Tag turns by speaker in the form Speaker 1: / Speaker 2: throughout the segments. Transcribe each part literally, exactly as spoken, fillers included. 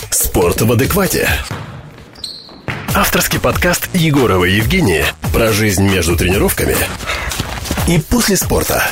Speaker 1: Спорт в адеквате. Авторский подкаст Егорова Евгения про жизнь между тренировками и после спорта.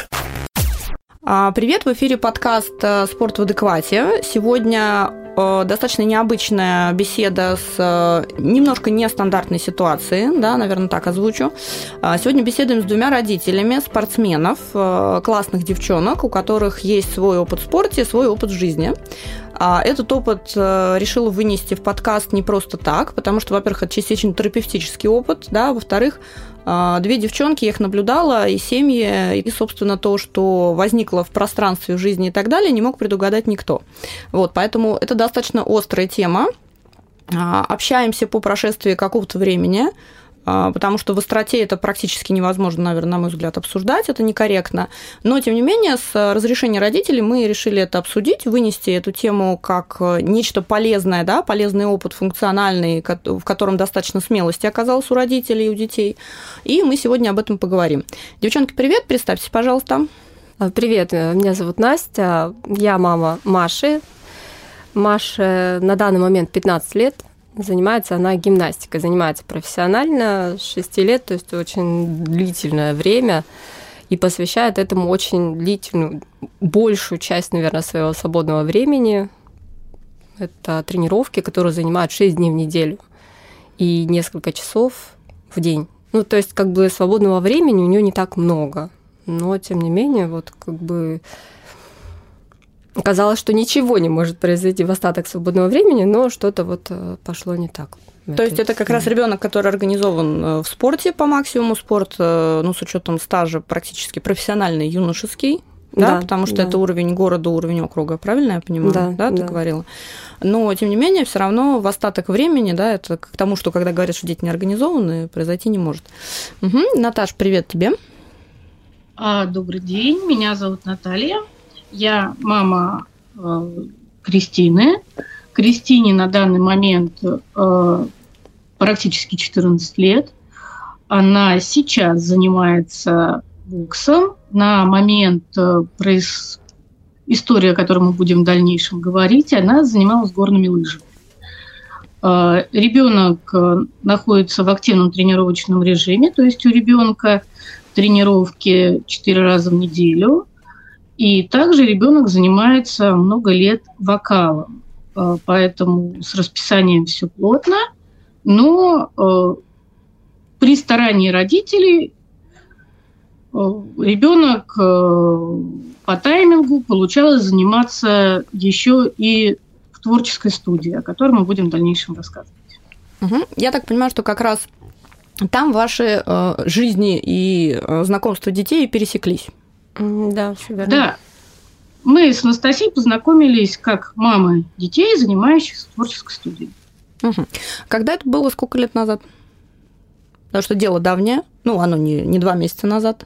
Speaker 2: Привет, в эфире подкаст «Спорт в адеквате». Сегодня достаточно необычная беседа с немножко нестандартной ситуацией, да, наверное, так озвучу. Сегодня беседуем с двумя родителями спортсменов, классных девчонок, у которых есть свой опыт в спорте, свой опыт в жизни. Этот опыт решила вынести в подкаст не просто так, потому что, во-первых, это частично терапевтический опыт, да, во-вторых, две девчонки, я их наблюдала, и семьи, и, собственно, то, что возникло в пространстве, в жизни и так далее, не мог предугадать никто. Вот, поэтому это достаточно острая тема. Общаемся по прошествии какого-то времени, потому что в остроте это практически невозможно, наверное, на мой взгляд, обсуждать, это некорректно. Но, тем не менее, с разрешения родителей мы решили это обсудить, вынести эту тему как нечто полезное, да, полезный опыт, функциональный, в котором достаточно смелости оказалось у родителей и у детей. И мы сегодня об этом поговорим. Девчонки, привет, представьтесь, пожалуйста.
Speaker 3: Привет, меня зовут Настя, я мама Маши. Маше на данный момент пятнадцать лет. Занимается она гимнастикой, занимается профессионально с шести лет, то есть очень длительное время, и посвящает этому очень длительную, большую часть, наверное, своего свободного времени. Это тренировки, которые занимают шесть дней в неделю и несколько часов в день. Ну, то есть, как бы свободного времени у нее не так много, но, тем не менее, вот как бы... Казалось, что ничего не может произойти в остаток свободного времени, но что-то вот пошло не так.
Speaker 2: То есть это как раз ребенок, который организован в спорте по максимуму, спорт, ну, с учетом стажа практически профессиональный, юношеский, да, да, потому что да. Это уровень города, уровень округа, правильно я понимаю? Да, да, ты да. говорила. Но, тем не менее, все равно в остаток времени, да, это к тому, что когда говорят, что дети не организованы, произойти не может. Угу. Наташ, привет тебе.
Speaker 4: Добрый день, меня зовут Наталья. Я мама э, Кристины. Кристине на данный момент э, практически четырнадцать лет. Она сейчас занимается боксом. На момент э, проис... истории, о которой мы будем в дальнейшем говорить, она занималась горными лыжами. Э, ребенок э, находится в активном тренировочном режиме, то есть у ребенка тренировки четыре раза в неделю. И также ребенок занимается много лет вокалом, поэтому с расписанием все плотно, но при старании родителей ребенок по таймингу получалось заниматься еще и в творческой студии, о которой мы будем в дальнейшем рассказывать.
Speaker 2: Угу. Я так понимаю, что как раз там ваши жизни и знакомства детей пересеклись.
Speaker 3: Да, все верно.
Speaker 4: Да. Мы с Анастасией познакомились как мамы детей, занимающихся в творческой студией.
Speaker 2: Угу. Когда это было, сколько лет назад? Потому что дело давнее. Ну, оно не, не два месяца назад.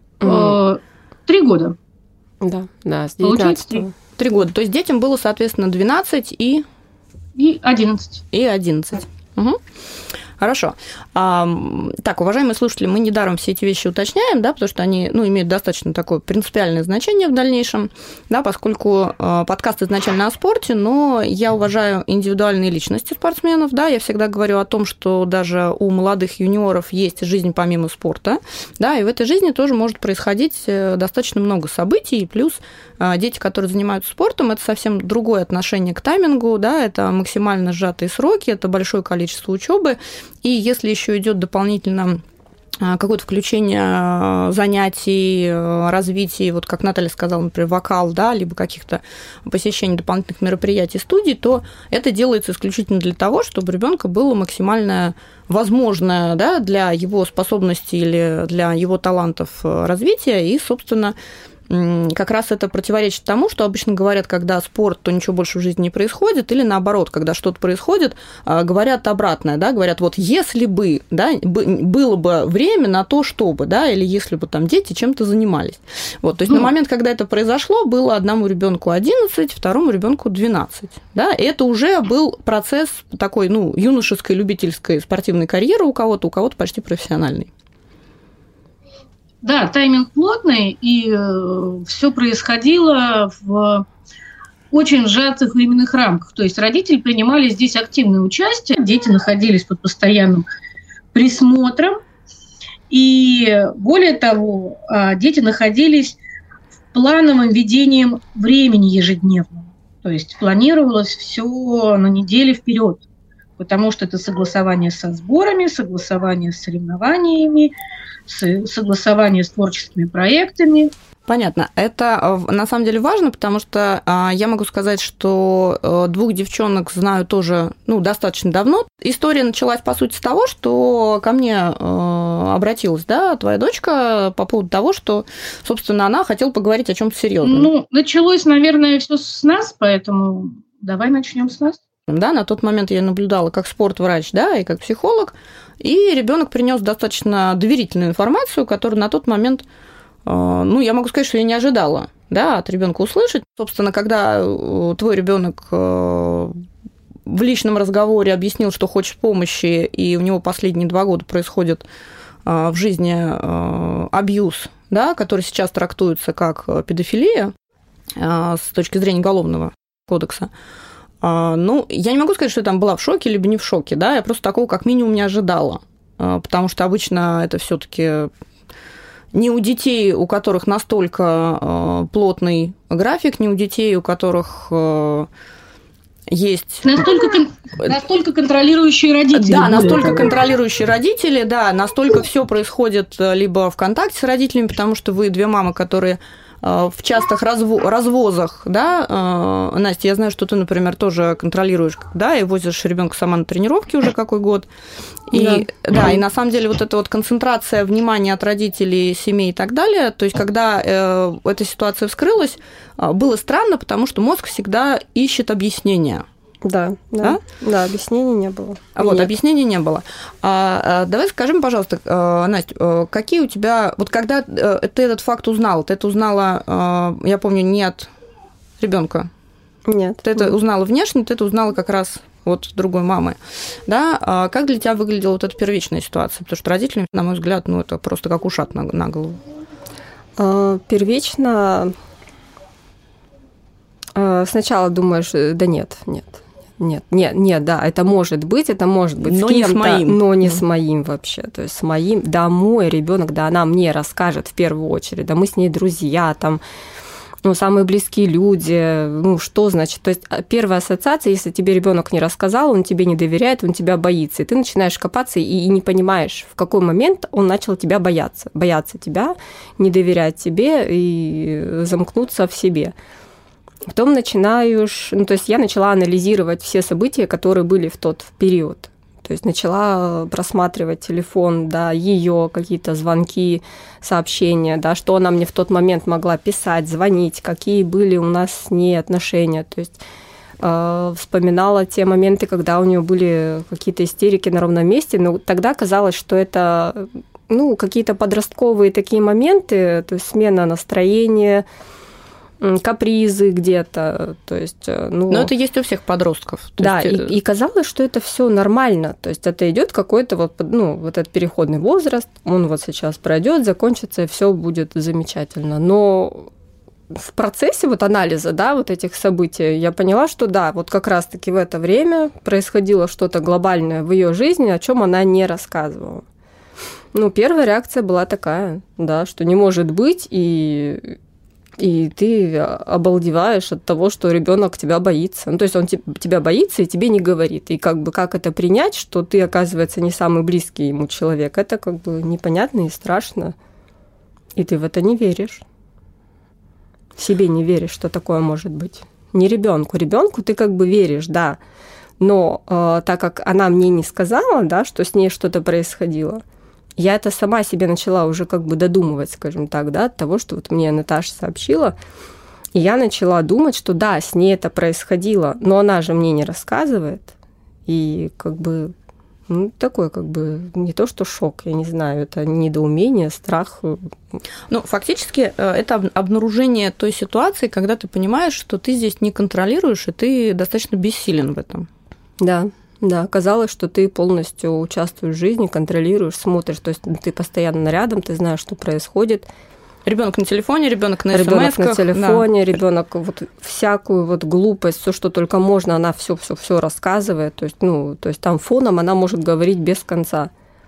Speaker 4: Три года.
Speaker 3: Да, да, с девятнадцатого.
Speaker 2: Три года. То есть детям было, соответственно, двенадцать и...
Speaker 4: И одиннадцать.
Speaker 2: И одиннадцать. Угу. Хорошо. А, так, уважаемые слушатели, мы недаром все эти вещи уточняем, да, потому что они, ну, имеют достаточно такое принципиальное значение в дальнейшем, да, поскольку э, подкаст изначально о спорте, но я уважаю индивидуальные личности спортсменов, да, я всегда говорю о том, что даже у молодых юниоров есть жизнь помимо спорта, да, и в этой жизни тоже может происходить достаточно много событий, плюс э, дети, которые занимаются спортом, это совсем другое отношение к таймингу, да, это максимально сжатые сроки, это большое количество учебы. И если еще идет дополнительно какое-то включение занятий, развитие, вот как Наталья сказала, например, вокал, да, либо каких-то посещений дополнительных мероприятий, студий, то это делается исключительно для того, чтобы у ребенка было максимально возможное, да, для его способностей или для его талантов развития, и, собственно, как раз это противоречит тому, что обычно говорят, когда спорт, то ничего больше в жизни не происходит, или наоборот, когда что-то происходит, говорят обратное, да, говорят, вот если бы, да, было бы время на то, чтобы, да, или если бы там дети чем-то занимались. Вот, то есть mm. на момент, когда это произошло, было одному ребенку одиннадцать, второму ребенку двенадцать, да, и это уже был процесс такой, ну, юношеской, любительской спортивной карьеры у кого-то, у кого-то почти профессиональный.
Speaker 4: Да, тайминг плотный, и э, все происходило в очень сжатых временных рамках. То есть родители принимали здесь активное участие, дети находились под постоянным присмотром. И более того, дети находились в плановом ведении времени ежедневного. То есть планировалось все на неделю вперед, потому что это согласование со сборами, согласование с соревнованиями, согласование с творческими проектами.
Speaker 2: Понятно. Это на самом деле важно, потому что я могу сказать, что двух девчонок знаю тоже ну, достаточно давно. История началась, по сути, с того, что ко мне обратилась да, твоя дочка по поводу того, что, собственно, она хотела поговорить о чем-то серьезном.
Speaker 4: Ну, началось, наверное, все с нас, поэтому давай начнем с нас.
Speaker 2: Да, на тот момент я наблюдала как спортврач, да, и как психолог, и ребенок принес достаточно доверительную информацию, которую на тот момент ну, я могу сказать, что я не ожидала, да, от ребенка услышать. Собственно, когда твой ребенок в личном разговоре объяснил, что хочет помощи, и у него последние два года происходит в жизни абьюз, да, который сейчас трактуется как педофилия с точки зрения Уголовного кодекса, ну, я не могу сказать, что я там была в шоке, либо не в шоке, да, я просто такого как минимум не ожидала, потому что обычно это все-таки не у детей, у которых настолько э, плотный график, не у детей, у которых э, есть...
Speaker 4: Настолько, кон... настолько контролирующие родители.
Speaker 2: Да, настолько контролирующие родители, да, настолько все происходит либо в контакте с родителями, потому что вы две мамы, которые в частых разво- развозах, да, Настя, я знаю, что ты, например, тоже контролируешь, да, и возишь ребенка сама на тренировки уже какой год. И, да. да, и на самом деле вот эта вот концентрация внимания от родителей, семей и так далее, то есть когда э, эта ситуация вскрылась, было странно, потому что мозг всегда ищет объяснения.
Speaker 3: Да, да, да, да, объяснений не было.
Speaker 2: Вот,
Speaker 3: Нет.
Speaker 2: объяснений не было. А, а, давай скажи, пожалуйста, Настя, какие у тебя... Вот когда ты этот факт узнала, ты это узнала, я помню, не от ребенка.
Speaker 3: Нет.
Speaker 2: Ты это узнала внешне, ты это узнала как раз от другой мамы. Да? А как для тебя выглядела вот эта первичная ситуация? Потому что родителям, на мой взгляд, ну, это просто как ушат на, на голову.
Speaker 3: А, первично... А, сначала думаешь, да нет, нет. Нет, нет, нет, да, это может быть, это может быть
Speaker 2: но
Speaker 3: с кем-то,
Speaker 2: не с моим.
Speaker 3: но не с моим вообще. То есть с моим, да, мой ребенок, да, она мне расскажет в первую очередь, да, мы с ней друзья, там, ну, самые близкие люди, ну, что значит? То есть первая ассоциация, если тебе ребенок не рассказал, он тебе не доверяет, он тебя боится, и ты начинаешь копаться и, и не понимаешь, в какой момент он начал тебя бояться, бояться тебя, не доверять тебе и замкнуться в себе. Потом начинаешь, ну, то есть я начала анализировать все события, которые были в тот период. То есть начала просматривать телефон, да, ее какие-то звонки, сообщения, да, что она мне в тот момент могла писать, звонить, какие были у нас с ней отношения. То есть э, вспоминала те моменты, когда у нее были какие-то истерики на ровном месте, но тогда казалось, что это, ну, какие-то подростковые такие моменты, то есть смена настроения, капризы где-то, то есть, ну...
Speaker 2: Но это есть у всех подростков. То
Speaker 3: да,
Speaker 2: есть...
Speaker 3: и, и казалось, что это все нормально, то есть это идет какой-то вот, ну, вот этот переходный возраст, он вот сейчас пройдет, закончится, и все будет замечательно. Но в процессе вот анализа, да, вот этих событий, я поняла, что да, вот как раз-таки в это время происходило что-то глобальное в ее жизни, о чем она не рассказывала. Ну, первая реакция была такая, да, что не может быть, и... И ты обалдеваешь от того, что ребенок тебя боится. Ну, то есть он тебя боится и тебе не говорит. И как бы как это принять, что ты, оказывается, не самый близкий ему человек, это как бы непонятно и страшно. И ты в это не веришь. Себе не веришь, что такое может быть. Не ребенку. Ребенку ты как бы веришь, да. Но э, так как она мне не сказала, да, что с ней что-то происходило, я это сама себе начала уже как бы додумывать, скажем так, да, от того, что вот мне Наташа сообщила. И я начала думать, что да, с ней это происходило, но она же мне не рассказывает. И как бы, ну, такой как бы не то что шок, я не знаю, это недоумение, страх.
Speaker 2: Ну, фактически это обнаружение той ситуации, когда ты понимаешь, что ты здесь не контролируешь, и ты достаточно бессилен в этом.
Speaker 3: Да. Да, казалось, что ты полностью участвуешь в жизни, контролируешь, смотришь, то есть ты постоянно рядом, ты знаешь, что происходит,
Speaker 2: Ребенок на телефоне, ребенок на
Speaker 3: ребенок
Speaker 2: смс-ках.
Speaker 3: на телефоне,
Speaker 2: да.
Speaker 3: ребенок вот всякую вот глупость, все, что только можно, она все, все, все рассказывает. То есть, ну, то есть там фоном она может говорить без конца.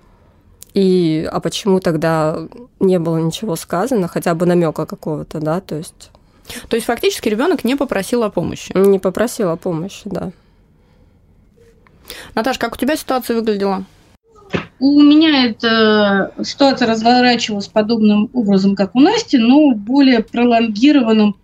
Speaker 3: И а почему тогда не было ничего сказано, хотя бы намека какого-то, да, то есть.
Speaker 2: То есть фактически ребенок не попросил о помощи.
Speaker 3: Не попросил о помощи, да.
Speaker 2: Наташа, как у тебя ситуация выглядела?
Speaker 4: У меня эта ситуация разворачивалась подобным образом, как у Насти, но в более пролонгированном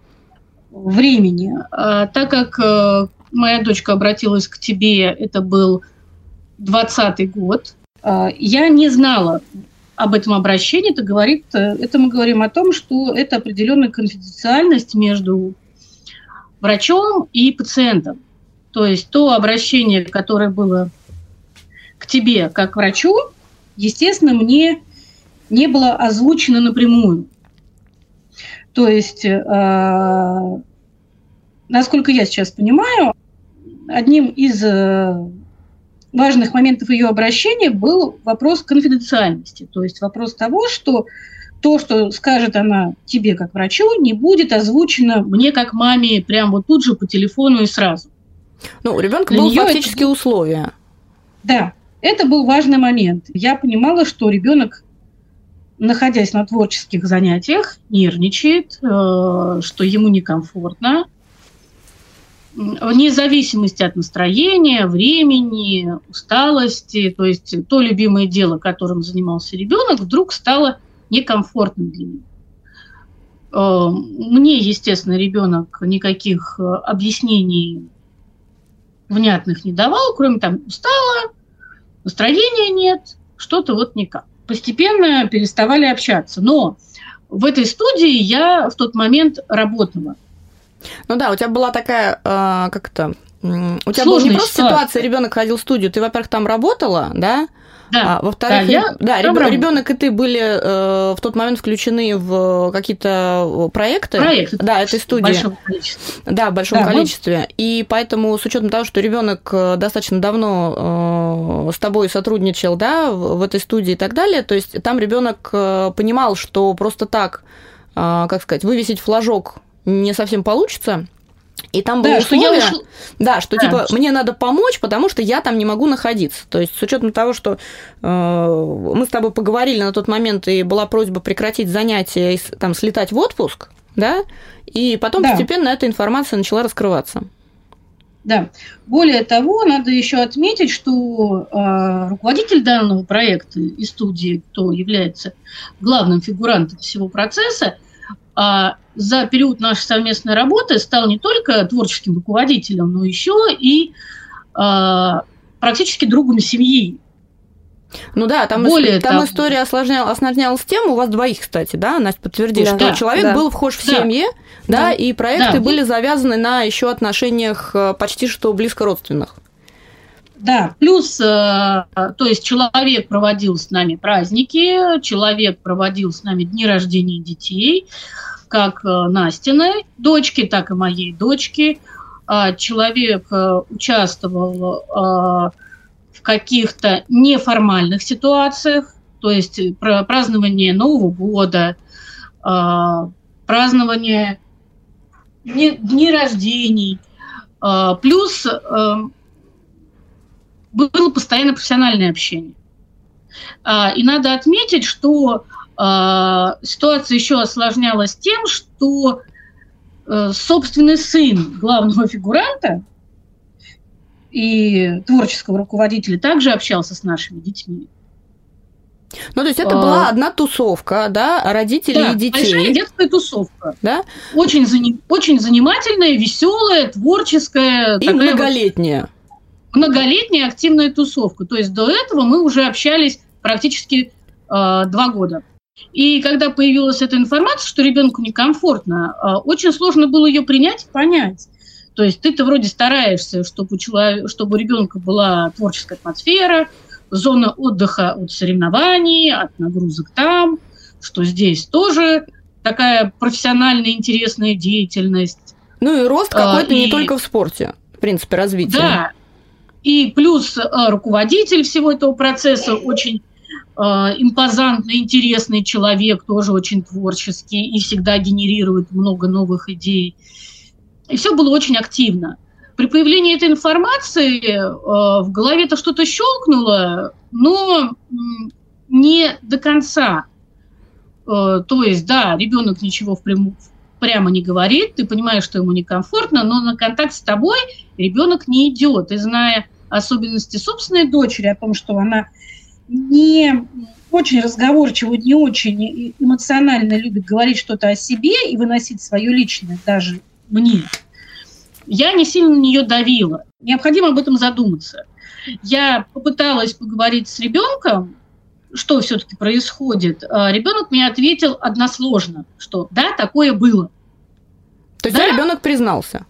Speaker 4: времени. А, так как а, моя дочка обратилась к тебе, это был двадцатый год, а, я не знала об этом обращении. Это, говорит, это мы говорим о том, что это определенная конфиденциальность между врачом и пациентом. То есть то обращение, которое было к тебе как к врачу, естественно, мне не было озвучено напрямую. То есть, э, насколько я сейчас понимаю, одним из э, важных моментов ее обращения был вопрос конфиденциальности. То есть вопрос того, что то, что скажет она тебе как врачу, не будет озвучено мне как маме прямо вот тут же по телефону и сразу.
Speaker 2: Ну, у ребенка было фактически это... условия.
Speaker 4: Да. Это был важный момент. Я понимала, что ребенок, находясь на творческих занятиях, нервничает, что ему некомфортно. Вне зависимости от настроения, времени, усталости, то есть то любимое дело, которым занимался ребенок, вдруг стало некомфортным для него. Мне, естественно, ребенок никаких объяснений внятных не давал, кроме там устала, настроения нет, что-то вот никак. Постепенно переставали общаться. Но в этой студии я в тот момент работала.
Speaker 2: Ну да, у тебя была такая, э, как это, у тебя
Speaker 4: Сложная
Speaker 2: была не просто
Speaker 4: ситуация.
Speaker 2: ситуация, ребенок ходил в студию, ты, во-первых, там работала, да?
Speaker 4: Да,
Speaker 2: а, во-вторых,
Speaker 4: да, я
Speaker 2: да, ребенок и ты были э, в тот момент включены в какие-то проекты,
Speaker 4: Проекты,
Speaker 2: да, этой студии,
Speaker 4: в большом количестве.
Speaker 2: да, в большом
Speaker 4: да,
Speaker 2: количестве,
Speaker 4: мы...
Speaker 2: и поэтому с учетом того, что ребенок достаточно давно э, с тобой сотрудничал, да, в, в этой студии и так далее, то есть там ребенок э, понимал, что просто так, э, как сказать, вывесить флажок не совсем получится. И там было
Speaker 4: да,
Speaker 2: условие,
Speaker 4: что я ушла...
Speaker 2: да, что
Speaker 4: да.
Speaker 2: типа мне надо помочь, потому что я там не могу находиться. То есть с учетом того, что э, мы с тобой поговорили на тот момент, и была просьба прекратить занятия, и, там, слетать в отпуск, да, и потом да. постепенно эта информация начала раскрываться.
Speaker 4: Да. Более того, надо еще отметить, что э, руководитель данного проекта и студии, кто является главным фигурантом всего процесса, э, за период нашей совместной работы стал не только творческим руководителем, но еще и э, практически другом семьи.
Speaker 2: Ну да, там,
Speaker 4: Более
Speaker 2: там
Speaker 4: того,
Speaker 2: история осложнял, осложнялась тем, у вас двоих, кстати, да, Настя, подтверди, да, что
Speaker 4: да,
Speaker 2: человек
Speaker 4: да,
Speaker 2: был вхож в
Speaker 4: да,
Speaker 2: семье, да, да, и проекты
Speaker 4: да.
Speaker 2: были завязаны на еще отношениях почти что близко родственных.
Speaker 4: Да, плюс, э, то есть человек проводил с нами праздники, человек проводил с нами дни рождения детей, как Настиной дочки, так и моей дочки. Человек участвовал в каких-то неформальных ситуациях, то есть празднование Нового года, празднование дней рождений. Плюс было постоянно профессиональное общение. И надо отметить, что ситуация еще осложнялась тем, что собственный сын главного фигуранта и творческого руководителя также общался с нашими детьми.
Speaker 2: Ну, то есть это а... была одна тусовка, да, родителей
Speaker 4: да,
Speaker 2: и детей.
Speaker 4: Большая детская тусовка.
Speaker 2: Да?
Speaker 4: Очень, зани... очень занимательная, веселая, творческая.
Speaker 2: И многолетняя.
Speaker 4: Вот многолетняя активная тусовка. То есть до этого мы уже общались практически э, два года. И когда появилась эта информация, что ребенку некомфортно, э, очень сложно было ее принять и понять. То есть ты-то вроде стараешься, чтобы у, человека, чтобы у ребенка была творческая атмосфера, зона отдыха от соревнований, от нагрузок там, что здесь тоже такая профессиональная интересная деятельность.
Speaker 2: Ну и рост какой-то
Speaker 4: а, и...
Speaker 2: не только в спорте, в принципе, развитие.
Speaker 4: Да, и плюс а, руководитель всего этого процесса очень импозантный, интересный человек, тоже очень творческий и всегда генерирует много новых идей. И все было очень активно. При появлении этой информации в голове-то что-то щелкнуло, но не до конца. То есть, да, ребенок ничего впрямую, прямо не говорит, ты понимаешь, что ему некомфортно, но на контакт с тобой ребенок не идет. И зная особенности собственной дочери, о том, что она не очень разговорчива, не очень эмоционально любит говорить что-то о себе и выносить свое личное даже мне, я не сильно на нее давила. Необходимо об этом задуматься. Я попыталась поговорить с ребенком, что все-таки происходит. Ребенок мне ответил односложно, что да, такое было.
Speaker 2: То есть
Speaker 4: да?
Speaker 2: Ребенок признался?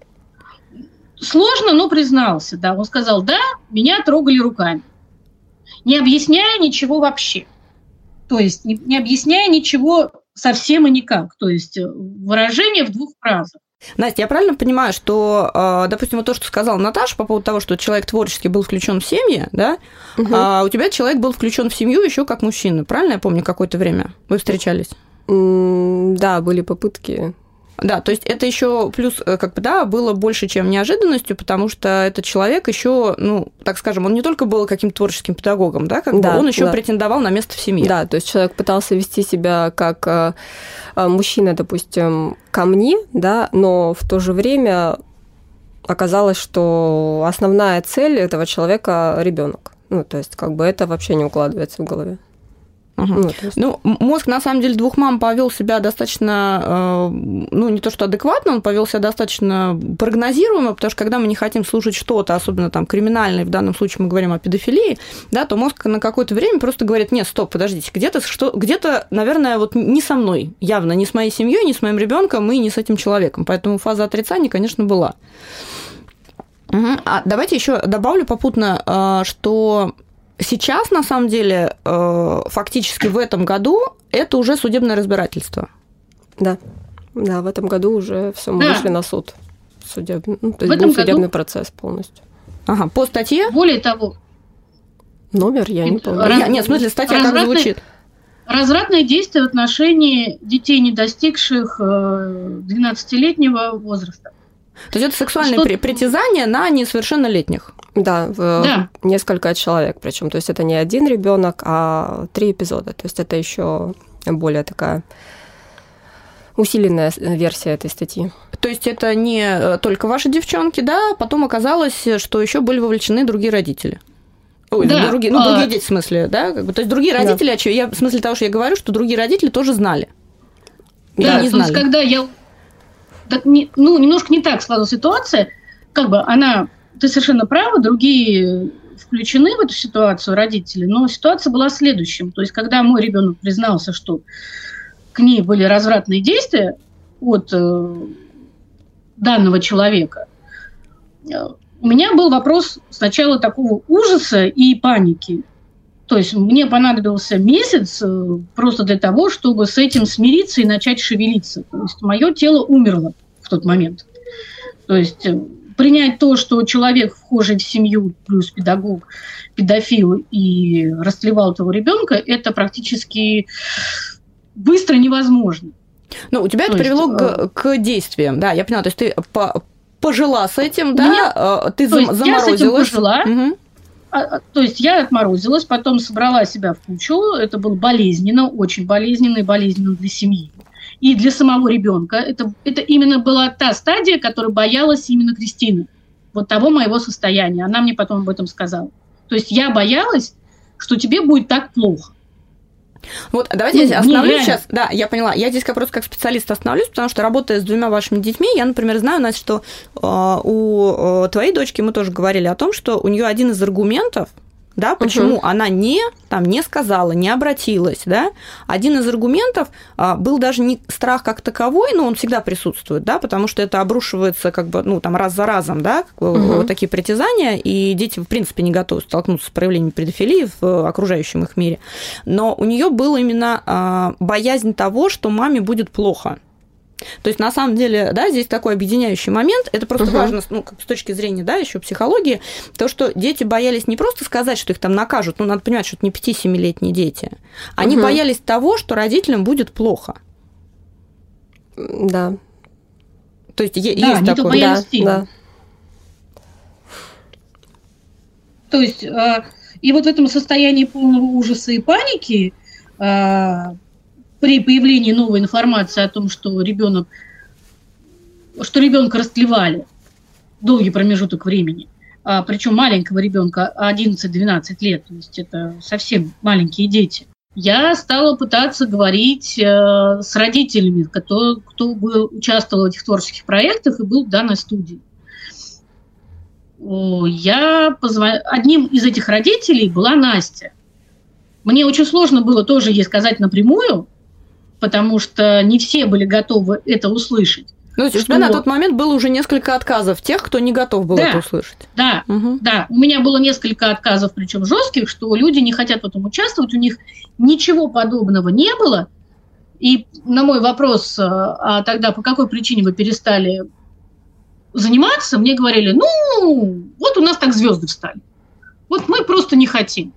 Speaker 4: Сложно, но признался, да. Он сказал, да, меня трогали руками. Не объясняя ничего вообще. То есть не, не объясняя ничего совсем и никак. То есть выражение в двух фразах.
Speaker 2: Настя, я правильно понимаю, что, допустим, вот то, что сказала Наташа по поводу того, что человек творчески был включен в семьи, да, угу. а у тебя человек был включен в семью еще как мужчина, правильно я помню, какое-то время вы встречались?
Speaker 3: Да, были попытки.
Speaker 2: Да, то есть это еще плюс, как бы, да, было больше, чем неожиданностью, потому что этот человек еще, ну, так скажем, он не только был каким-то творческим педагогом, да, как да, бы, он еще да. претендовал на место в семье.
Speaker 3: Да, то есть человек пытался вести себя как мужчина, допустим, ко мне, да, но в то же время оказалось, что основная цель этого человека – ребенок. Ну, то есть как бы это вообще не укладывается в голове.
Speaker 2: Угу. Ну, есть... ну, мозг, на самом деле, двух мам повел себя достаточно, э, ну, не то что адекватно, он повел себя достаточно прогнозируемо, потому что когда мы не хотим слушать что-то, особенно там криминальное, в данном случае мы говорим о педофилии, да, то мозг на какое-то время просто говорит, нет, стоп, подождите, где-то, что, где-то, наверное, вот не со мной, явно, не с моей семьей, не с моим ребенком и не с этим человеком. Поэтому фаза отрицания, конечно, была. Угу. А давайте еще добавлю попутно, что... Сейчас, на самом деле, фактически в этом году это уже судебное разбирательство.
Speaker 3: Да, да, в этом году уже все, мы да. вышли на суд. Судебный, ну, то есть
Speaker 4: в этом
Speaker 3: был судебный
Speaker 4: году...
Speaker 3: процесс полностью.
Speaker 2: Ага, по статье?
Speaker 4: Более того...
Speaker 3: Номер я не помню.
Speaker 2: Раз... Нет, в смысле, статья развратные... как звучит?
Speaker 4: Развратные действия в отношении детей, не достигших двенадцатилетнего возраста.
Speaker 2: То есть это сексуальное Что... притязание на несовершеннолетних?
Speaker 3: Да, в да. несколько человек, причем, то есть это не один ребенок, а три эпизода. То есть это еще более такая усиленная версия этой статьи.
Speaker 2: То есть это не только ваши девчонки, да? Потом оказалось, что еще были вовлечены другие родители. Ой, да. другие, ну, другие а... дети, в смысле, да? Как бы, то есть другие родители, да. я, в смысле того, что я говорю, что другие родители тоже знали.
Speaker 4: Да, не знали. То есть когда я... Так, не, ну, немножко не так сложилась ситуация, как бы она... Ты совершенно права, другие включены в эту ситуацию, родители, но ситуация была следующим. То есть, когда мой ребенок признался, что к ней были развратные действия от э, данного человека, у меня был вопрос сначала такого ужаса и паники. То есть, мне понадобился месяц просто для того, чтобы с этим смириться и начать шевелиться. То есть, мое тело умерло в тот момент. То есть... Принять то, что человек, вхожий в семью, плюс педагог, педофил и растлевал этого ребенка, это практически быстро невозможно.
Speaker 2: Ну, у тебя то это есть, привело к, к действиям, да, я поняла. То есть ты по, пожила с этим, да, меня, ты зам, заморозилась. Я с этим пожила,
Speaker 4: угу. а, то есть я отморозилась, потом собрала себя в кучу, это было болезненно, очень болезненно и болезненно для семьи. И для самого ребенка это, это именно была та стадия, которой боялась именно Кристина. Вот того моего состояния. Она мне потом об этом сказала. То есть я боялась, что тебе будет так плохо.
Speaker 2: Вот, давайте ну, я остановлюсь сейчас. Да, я поняла. Я здесь как просто как специалист остановлюсь, потому что, работая с двумя вашими детьми, я, например, знаю, Настя, что э, у э, твоей дочки мы тоже говорили о том, что у нее один из аргументов, да, почему угу. она не, там, не сказала, не обратилась, да, один из аргументов а, был даже не страх как таковой, но он всегда присутствует, да, потому что это обрушивается как бы, ну, там, раз за разом, да, угу. вот такие притязания, и дети, в принципе, не готовы столкнуться с проявлением педофилии в окружающем их мире, но у нее была именно а, боязнь того, что маме будет плохо. То есть, на самом деле, да, здесь такой объединяющий момент, это просто uh-huh. важно, ну, с точки зрения, да, еще психологии, то, что дети боялись не просто сказать, что их там накажут, ну, надо понимать, что это не пяти-семилетние дети, они uh-huh. боялись того, что родителям будет плохо.
Speaker 3: Да.
Speaker 2: То есть,
Speaker 4: да,
Speaker 2: есть
Speaker 4: они
Speaker 2: такое.
Speaker 4: То боялись
Speaker 3: да, да.
Speaker 4: То есть, э, и вот в этом состоянии полного ужаса и паники э, при появлении новой информации о том, что ребенок, что ребенка растлевали долгий промежуток времени, а, причем маленького ребенка одиннадцать-двенадцать лет, то есть это совсем маленькие дети, я стала пытаться говорить э, с родителями, кто, кто был, участвовал в этих творческих проектах и был в данной студии. Я позв... Одним из этих родителей была Настя. Мне очень сложно было тоже ей сказать напрямую, потому что не все были готовы это услышать.
Speaker 2: Ну, у тебя что... на тот момент было уже несколько отказов тех, кто не готов был
Speaker 4: да,
Speaker 2: это услышать.
Speaker 4: Да, угу. да. У меня было несколько отказов, причем жестких, что люди не хотят в этом участвовать, у них ничего подобного не было. И на мой вопрос, а тогда по какой причине вы перестали заниматься, мне говорили, ну, вот у нас так звезды встали. Вот мы просто не хотим.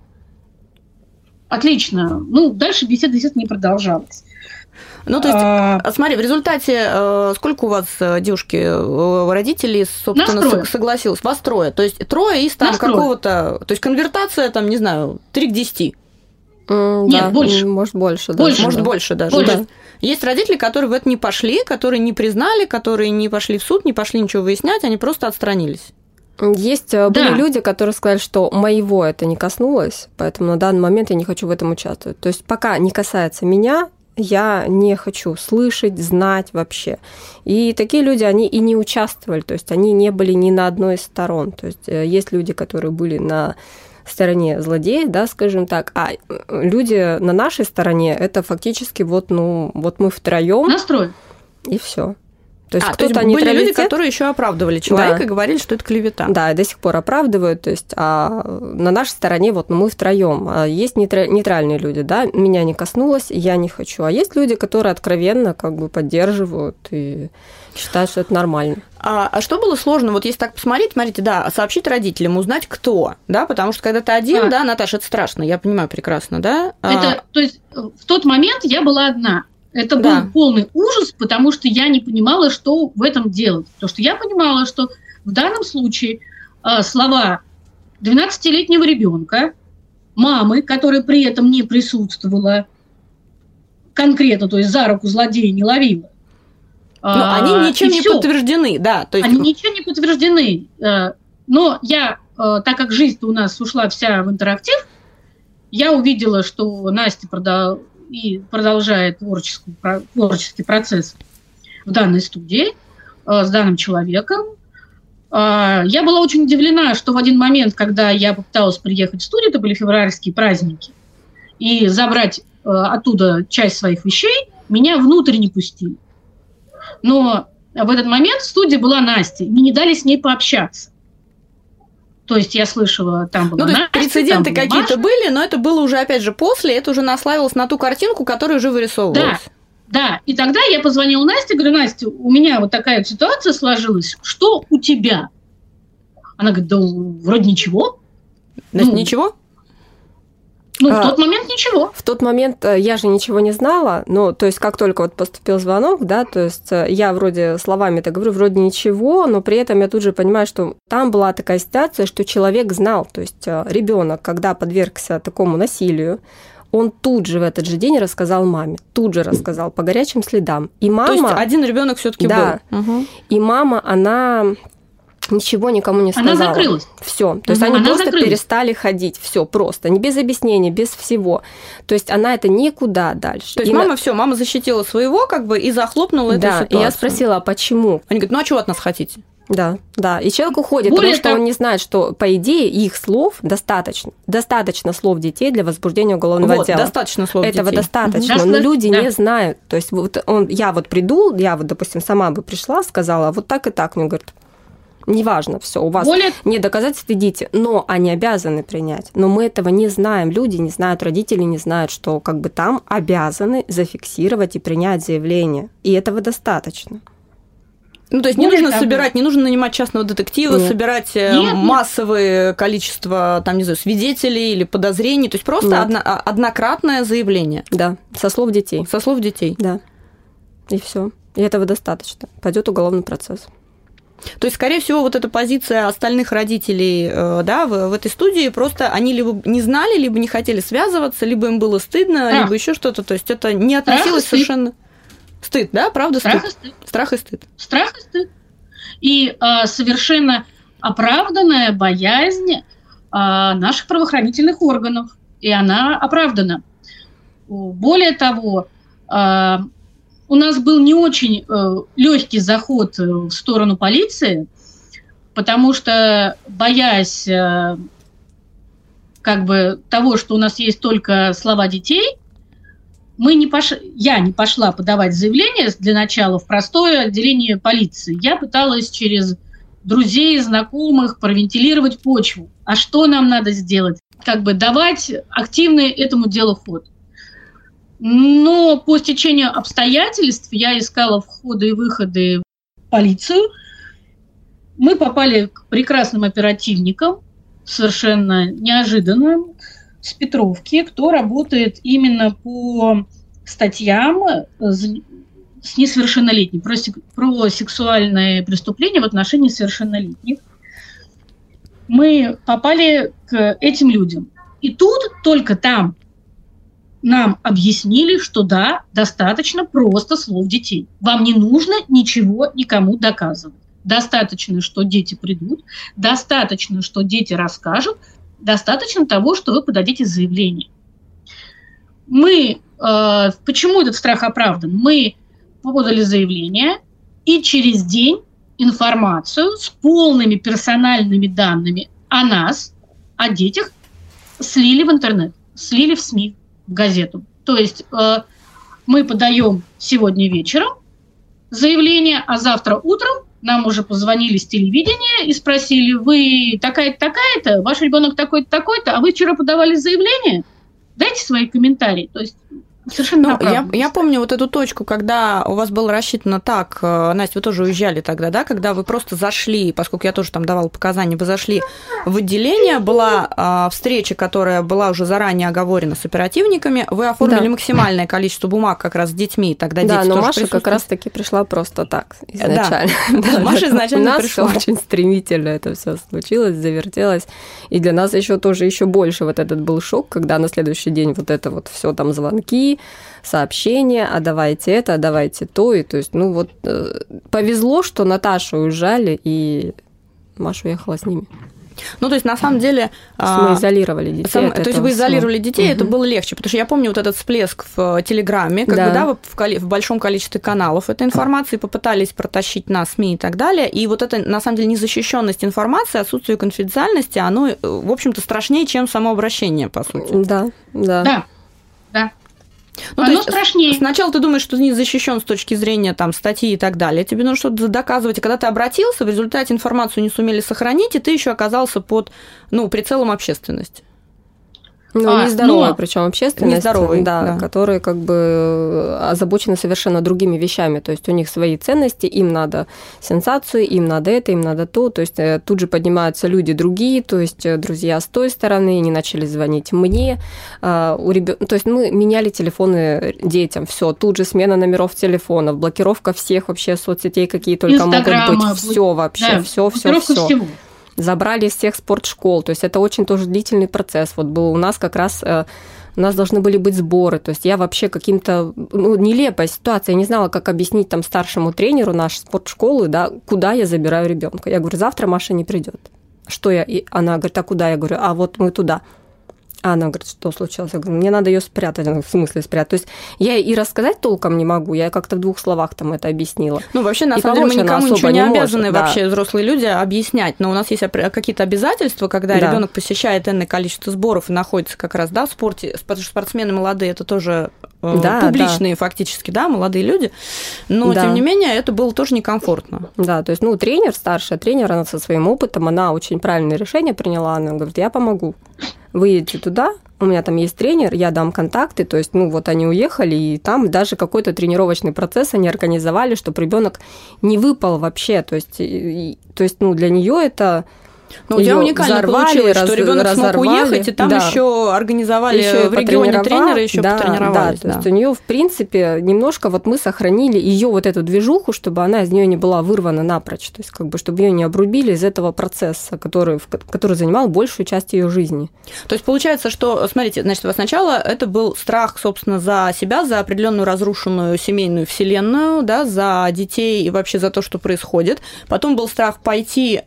Speaker 4: Отлично. Ну, дальше беседа, естественно, не продолжалась.
Speaker 2: Ну, то есть, а, смотри, в результате сколько у вас девушки, родителей, собственно, согласилось? Вас трое. То есть, трое из там какого-то... То есть, конвертация, там, не знаю, три к десяти.
Speaker 3: Mm,
Speaker 4: Нет,
Speaker 3: да,
Speaker 4: больше.
Speaker 3: Может, больше.
Speaker 2: больше
Speaker 3: Да.
Speaker 2: Может, да. больше даже.
Speaker 4: Больше.
Speaker 2: Да. Есть родители, которые в это не пошли, которые не признали, которые не пошли в суд, не пошли ничего выяснять, они просто отстранились.
Speaker 3: Есть
Speaker 4: да.
Speaker 3: были люди, которые сказали, что моего это не коснулось, поэтому на данный момент я не хочу в этом участвовать. То есть пока не касается меня, я не хочу слышать, знать вообще. И такие люди, они и не участвовали, то есть они не были ни на одной из сторон. То есть есть люди, которые были на стороне злодея, да, скажем так, а люди на нашей стороне, это фактически вот, ну, вот мы втроем.
Speaker 4: Настрой.
Speaker 3: И все. То есть
Speaker 2: а,
Speaker 3: кто-то
Speaker 2: то есть были
Speaker 3: нейтралитет...
Speaker 2: люди, которые еще оправдывали человека
Speaker 3: да.
Speaker 2: и говорили, что это клевета.
Speaker 3: Да, и до сих пор оправдывают. То есть, а на нашей стороне вот ну, мы втроем. А есть нейтральные люди, да, меня не коснулось, я не хочу. А есть люди, которые откровенно как бы поддерживают и считают, что это нормально.
Speaker 2: А, а что было сложно? Вот если так посмотреть, смотрите, да, сообщить родителям, узнать, кто, да, потому что когда ты один, а. да, Наташа, это страшно, я понимаю прекрасно, да.
Speaker 4: Это, а... то есть в тот момент я была одна. Это был
Speaker 2: да.
Speaker 4: полный ужас, потому что я не понимала, что в этом делать. Потому что я понимала, что в данном случае э, слова двенадцатилетнего ребенка, мамы, которая при этом не присутствовала конкретно, то есть за руку злодея не ловила.
Speaker 2: Но э, они ничем не всё. подтверждены, да. То есть...
Speaker 4: Они ничем не подтверждены. Э, но я, э, так как жизнь у нас ушла вся в интерактив, я увидела, что Настя продала... и продолжает творческий, творческий процесс в данной студии э, с данным человеком. Э, я была очень удивлена, что в один момент, когда я попыталась приехать в студию, это были февральские праздники, и забрать э, оттуда часть своих вещей, меня внутрь не пустили. Но в этот момент в студии была Настя, мне не дали с ней пообщаться. То есть я слышала, там была
Speaker 2: Ну, то
Speaker 4: Настя,
Speaker 2: есть прецеденты
Speaker 4: там
Speaker 2: какие-то были, но это было уже, опять же, после, это уже наслаивалось на ту картинку, которая уже вырисовывалась.
Speaker 4: Да, да. И тогда я позвонила Насте, говорю, Настя, у меня вот такая вот ситуация сложилась, что у тебя? Она говорит, да вроде ничего.
Speaker 2: Настя, ну, ничего?
Speaker 4: Ну, в а, тот момент ничего.
Speaker 3: В тот момент я же ничего не знала, но, то есть, как только вот поступил звонок, да, то есть, я вроде словами-то говорю, вроде ничего, но при этом я тут же понимаю, что там была такая ситуация, что человек знал, то есть, ребенок, когда подвергся такому насилию, он тут же в этот же день рассказал маме, тут же рассказал по горячим следам. И мама...
Speaker 2: То есть, один ребенок все-таки
Speaker 3: да,
Speaker 2: был. Угу.
Speaker 3: И мама, она... ничего никому не сказала.
Speaker 4: Она закрылась.
Speaker 3: Все. То есть, угу. они
Speaker 4: она
Speaker 3: просто
Speaker 4: закрылась.
Speaker 3: перестали ходить. Все просто. Не без объяснений, без всего. То есть, она это никуда дальше.
Speaker 2: То есть, и мама на... все, мама защитила своего, как бы, и захлопнула
Speaker 3: да,
Speaker 2: эту ситуацию.
Speaker 3: И я спросила, а почему?
Speaker 2: Они говорят, ну, а чего от нас хотите?
Speaker 3: Да, да. И человек уходит,
Speaker 4: Более
Speaker 3: потому что
Speaker 4: того...
Speaker 3: он не знает, что, по идее, их слов достаточно. Достаточно слов детей для возбуждения уголовного
Speaker 2: вот,
Speaker 3: дела.
Speaker 2: достаточно слов
Speaker 3: Этого
Speaker 2: детей.
Speaker 3: достаточно.
Speaker 4: Угу.
Speaker 3: Но люди
Speaker 4: да.
Speaker 3: не знают. То есть, вот он, я вот приду, я вот, допустим, сама бы пришла, сказала, вот так и так. Мне говорят, Неважно, все, у вас
Speaker 4: Более...
Speaker 3: нет доказательств, идите, но они обязаны принять. Но мы этого не знаем, люди не знают, родители не знают, что как бы там обязаны зафиксировать и принять заявление. И этого достаточно.
Speaker 2: Ну, то есть
Speaker 4: Более
Speaker 2: не нужно
Speaker 4: того...
Speaker 2: собирать, не нужно нанимать частного детектива, нет. собирать нет, массовое нет. количество, там, не знаю, свидетелей или подозрений. То есть просто одно, однократное заявление.
Speaker 3: Да, со слов детей.
Speaker 2: Со слов детей.
Speaker 3: Да. И все. И этого достаточно. Пойдет уголовный процесс.
Speaker 2: То есть, скорее всего, вот эта позиция остальных родителей, да, в, в этой студии, просто они либо не знали, либо не хотели связываться, либо им было стыдно, Страх. либо еще что-то. То есть это не относилось Страх совершенно... Стыд, да? Правда?
Speaker 4: Страх
Speaker 2: стыд?
Speaker 4: и стыд.
Speaker 2: Страх и стыд.
Speaker 4: Страх и стыд. И э, совершенно оправданная боязнь э, наших правоохранительных органов. И она оправдана. Более того, э, у нас был не очень э, легкий заход в сторону полиции, потому что, боясь э, как бы того, что у нас есть только слова детей, мы не пош... я не пошла подавать заявление для начала в простое отделение полиции. Я пыталась через друзей, знакомых провентилировать почву. А что нам надо сделать? Как бы давать активный этому делу ход. Но по стечению обстоятельств я искала входы и выходы в полицию. Мы попали к прекрасным оперативникам, совершенно неожиданным, с Петровки, кто работает именно по статьям с несовершеннолетними, про, про сексуальные преступления в отношении совершеннолетних. Мы попали к этим людям. И тут, только там, нам объяснили, что да, достаточно просто слов детей. Вам не нужно ничего никому доказывать. Достаточно, что дети придут, достаточно, что дети расскажут, достаточно того, что вы подадите заявление. Мы, э, почему этот страх оправдан? Мы подали заявление, и через день информацию с полными персональными данными о нас, о детях, слили в интернет, слили в СМИ, в газету. То есть э, мы подаем сегодня вечером заявление, а завтра утром нам уже позвонили с телевидения и спросили: вы такая-то, такая-то, ваш ребенок такой-то, такой-то, а вы вчера подавали заявление? Дайте свои комментарии. То есть совершенно
Speaker 2: ну, я, я помню вот эту точку, когда у вас было рассчитано так, Настя, вы тоже уезжали тогда, да, когда вы просто зашли, поскольку я тоже там давала показания, вы зашли в отделение, была а, встреча, которая была уже заранее оговорена с оперативниками, вы оформили да. максимальное количество бумаг как раз с детьми, тогда
Speaker 3: да,
Speaker 2: дети
Speaker 3: но
Speaker 2: тоже
Speaker 3: Маша как раз-таки пришла просто так изначально.
Speaker 2: Да, да, Маша изначально
Speaker 3: у нас
Speaker 2: пришла.
Speaker 3: Очень стремительно это все случилось, завертелось, и для нас еще тоже еще больше вот этот был шок, когда на следующий день вот это вот все там звонки, сообщения, а давайте это, а давайте то. И то есть, ну вот, э, повезло, что Наташу уезжали, и Маша уехала с ними.
Speaker 2: Ну, то есть, на самом деле...
Speaker 3: Мы изолировали детей.
Speaker 2: Сам, то есть, вы изолировали всего. детей, угу. это было легче, потому что я помню вот этот всплеск в Телеграме, когда да. Да, вы в, коли, в большом количестве каналов этой информации попытались протащить на СМИ и так далее, и вот эта, на самом деле, незащищенность информации, отсутствие конфиденциальности, оно, в общем-то, страшнее, чем само обращение, по сути.
Speaker 3: Да, да.
Speaker 4: Да, да.
Speaker 2: Ну,
Speaker 4: Оно
Speaker 2: то есть
Speaker 4: страшнее.
Speaker 2: Сначала ты думаешь, что ты не защищен с точки зрения там, статьи и так далее. Тебе нужно что-то доказывать. И когда ты обратился, в результате информацию не сумели сохранить, и ты еще оказался под ну, прицелом общественности.
Speaker 3: Ну, а, нездоровая, но... причем общественность,
Speaker 2: нездоровый,
Speaker 3: да,
Speaker 2: да.
Speaker 3: которые как бы озабочены совершенно другими вещами. То есть у них свои ценности, им надо сенсацию, им надо это, им надо то. То есть тут же поднимаются люди другие, то есть друзья с той стороны, они начали звонить мне. У ребё... То есть мы меняли телефоны детям, все, тут же смена номеров телефонов, блокировка всех вообще соцсетей, какие только
Speaker 4: Инстаграма,
Speaker 3: могут быть. Все вообще,
Speaker 4: да,
Speaker 3: все, все, все.
Speaker 4: Всего.
Speaker 3: Забрали из всех спортшкол, то есть это очень тоже длительный процесс. Вот был у нас как раз, у нас должны были быть сборы, то есть я вообще каким-то, ну, нелепая ситуация, я не знала, как объяснить там старшему тренеру нашей спортшколы, да, куда я забираю ребенка. Я говорю, завтра Маша не придет. Что я? И она говорит, а куда? Я говорю, а вот мы туда. А она говорит, что случилось? Я говорю, мне надо ее спрятать. Она, в смысле спрятать? То есть я и рассказать толком не могу, я как-то в двух словах там это объяснила.
Speaker 2: Ну, вообще, на
Speaker 3: и
Speaker 2: самом деле, мы никому ничего не, не обязаны
Speaker 3: может,
Speaker 2: вообще,
Speaker 3: да.
Speaker 2: взрослые люди, объяснять. Но у нас есть какие-то обязательства, когда да. ребенок посещает энное количество сборов и находится как раз да, в спорте. Спортсмены молодые, это тоже да, публичные да. фактически, да, молодые люди. Но, да. тем не менее, это было тоже некомфортно.
Speaker 3: Да, то есть, ну, тренер, старшая тренер, она со своим опытом, она очень правильное решение приняла. Она говорит, я помогу. Вы едете туда, у меня там есть тренер, я дам контакты, то есть, ну, вот они уехали, и там даже какой-то тренировочный процесс они организовали, чтобы ребенок не выпал вообще, то есть, и, то есть, ну, для нее это...
Speaker 2: Ну, у тебя уникально получилось, раз, что ребенок смог уехать, и там да. еще организовали еще в регионе тренера, еще
Speaker 3: да,
Speaker 2: потренировались.
Speaker 3: Да, да. То есть у нее, в принципе, немножко вот мы сохранили ее вот эту движуху, чтобы она из нее не была вырвана напрочь, то есть как бы чтобы ее не обрубили из этого процесса, который, который занимал большую часть ее жизни.
Speaker 2: То есть получается, что, смотрите, значит, сначала это был страх, собственно, за себя, за определенную разрушенную семейную вселенную, да, за детей и вообще за то, что происходит. Потом был страх пойти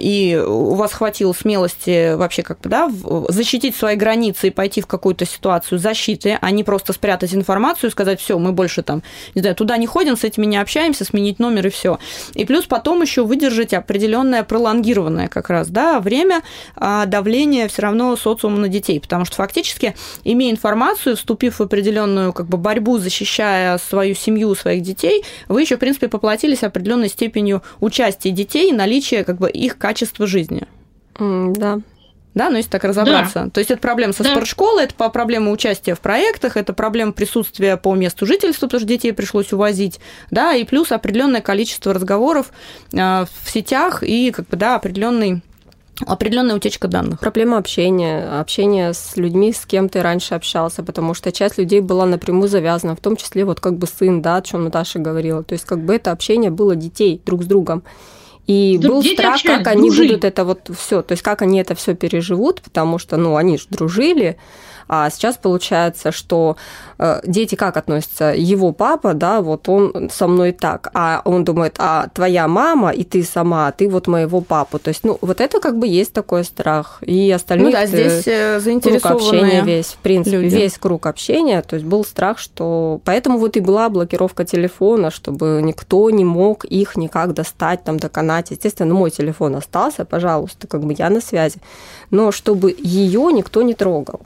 Speaker 2: и у вас хватило смелости вообще как бы, да, защитить свои границы и пойти в какую-то ситуацию защиты, а не просто спрятать информацию и сказать, все, мы больше там, не знаю, туда не ходим, с этими не общаемся, сменить номер и все. И плюс потом еще выдержать определенное пролонгированное как раз, да, время давления все равно социума на детей, потому что фактически, имея информацию, вступив в определенную как бы борьбу, защищая свою семью, своих детей, вы еще, в принципе, поплатились определенной степенью участия детей и наличия как бы их качества жизни.
Speaker 3: Mm, да.
Speaker 2: Да, ну если так разобраться. Да. То есть это проблема со да. спортшколой, это проблема участия в проектах, это проблема присутствия по месту жительства, потому что детей пришлось увозить, да, и плюс определенное количество разговоров в сетях и как бы, да, определенный определенная утечка данных.
Speaker 3: Проблема общения, общения с людьми, с кем ты раньше общался, потому что часть людей была напрямую завязана, в том числе вот как бы сын, да, о чем Наташа говорила. То есть как бы это общение было детей друг с другом. И да, был страх, общались, как они дружили. Будут это вот все, то есть как они это все переживут, потому что, ну, они же дружили, а сейчас получается, что э, дети как относятся? Его папа, да, вот он со мной так, а он думает, а твоя мама и ты сама, а ты вот моего папу. То есть, ну, вот это как бы есть такой страх. И остальные
Speaker 2: ну, да, здесь
Speaker 3: круг общения весь, в принципе,
Speaker 2: люди.
Speaker 3: Весь круг общения, то есть был страх, что... Поэтому вот и была блокировка телефона, чтобы никто не мог их никак достать, там, доконать. Естественно, мой телефон остался, пожалуйста, как бы я на связи. Но чтобы ее никто не трогал.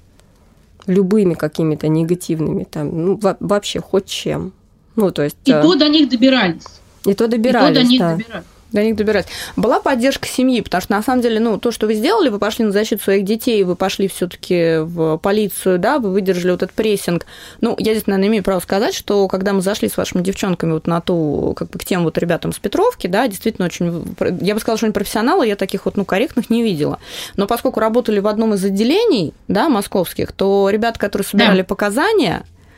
Speaker 3: Любыми какими-то негативными, там, ну, вообще хоть чем. Ну, то есть,
Speaker 4: и э... то до них добирались.
Speaker 3: И то добирались,
Speaker 4: и то до них
Speaker 3: да.
Speaker 4: добирались.
Speaker 2: До них добирались. Была поддержка семьи, потому что, на самом деле, ну, то, что вы сделали, вы пошли на защиту своих детей, вы пошли все-таки в полицию, да, вы выдержали вот этот прессинг. Ну, я здесь, наверное, имею право сказать, что когда мы зашли с вашими девчонками вот на ту, как бы, к тем вот ребятам с Петровки, да, действительно очень, я бы сказала, что они профессионалы, я таких вот, ну, корректных не видела. Но поскольку работали в одном из отделений, да, московских, то ребята, которые собирали да. показания,